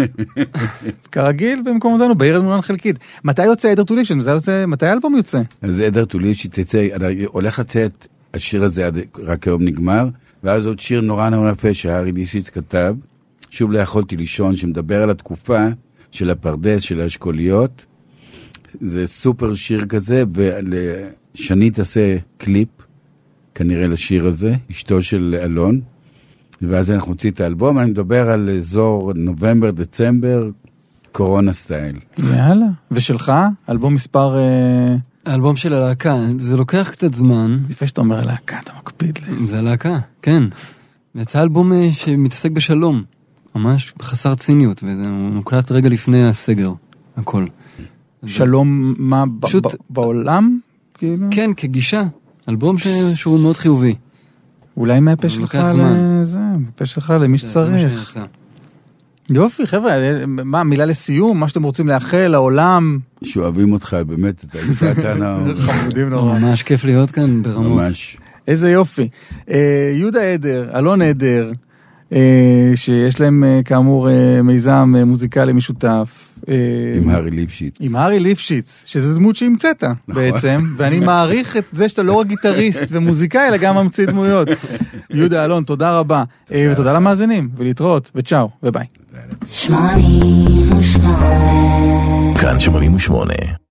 S1: כרגיל במקומותינו, בעיר הדמונן חלקית. מתי יוצא עדר טוליפשן? מתי האלבום יוצא?
S3: אז עדר טוליפשן תצא, הולך לצאת, השיר הזה רק היום נגמר, ואז עוד שיר נורא נורא יפה שהארי ליפשיץ כתב, שוב לא יכולתי לישון, שמדבר על התקופה של הפרדס, של האשכוליות. זה סופר שיר כזה, ושני תעשה קליפ, כנראה לשיר הזה, אשתו של אלון, ואז אנחנו נוציא את האלבום, אני מדבר על אזור נובמבר, דצמבר, קורונה סטייל.
S1: יאללה. ושלך? אלבום מספר...
S4: האלבום של הלהקה, זה לוקח קצת זמן.
S1: לפני שאתה אומר הלהקה, אתה מקפיד לי.
S4: זה הלהקה, כן. יצא אלבום שמתעסק בשלום, ממש חסר ציניות, וזה נוקלט רגע לפני הסגר, הכל.
S1: שלום מה, פשוט... בעולם? כאילו?
S4: כן, כגישה. אלבום שהוא מאוד חיובי.
S1: אולי מהפה שלך לזה, מהפה שלך למי שצריך. יופי, חבר'ה, מה, מילה לסיום, מה שאתם רוצים לאחל לעולם?
S3: שאוהבים אותך, באמת, אתה איתנו.
S1: חמודים נורא.
S4: ממש כיף להיות כאן ברמות.
S3: ממש.
S1: איזה יופי. יהודה עדר, אלון עדר, שיש להם כאמור מיזם מוזיקלי משותף.
S3: עם הארי ליפשיץ.
S1: עם הארי ליפשיץ, שזו דמות שהמצאת בעצם, ואני מעריך את זה שאתה לא רק גיטריסט ומוזיקאי, אלא גם ממציא דמויות. יהודה, אלון, תודה רבה. ותודה למאזינים, ולהתראות, וצ'או, וביי.
S2: כאן שמונים ושמונה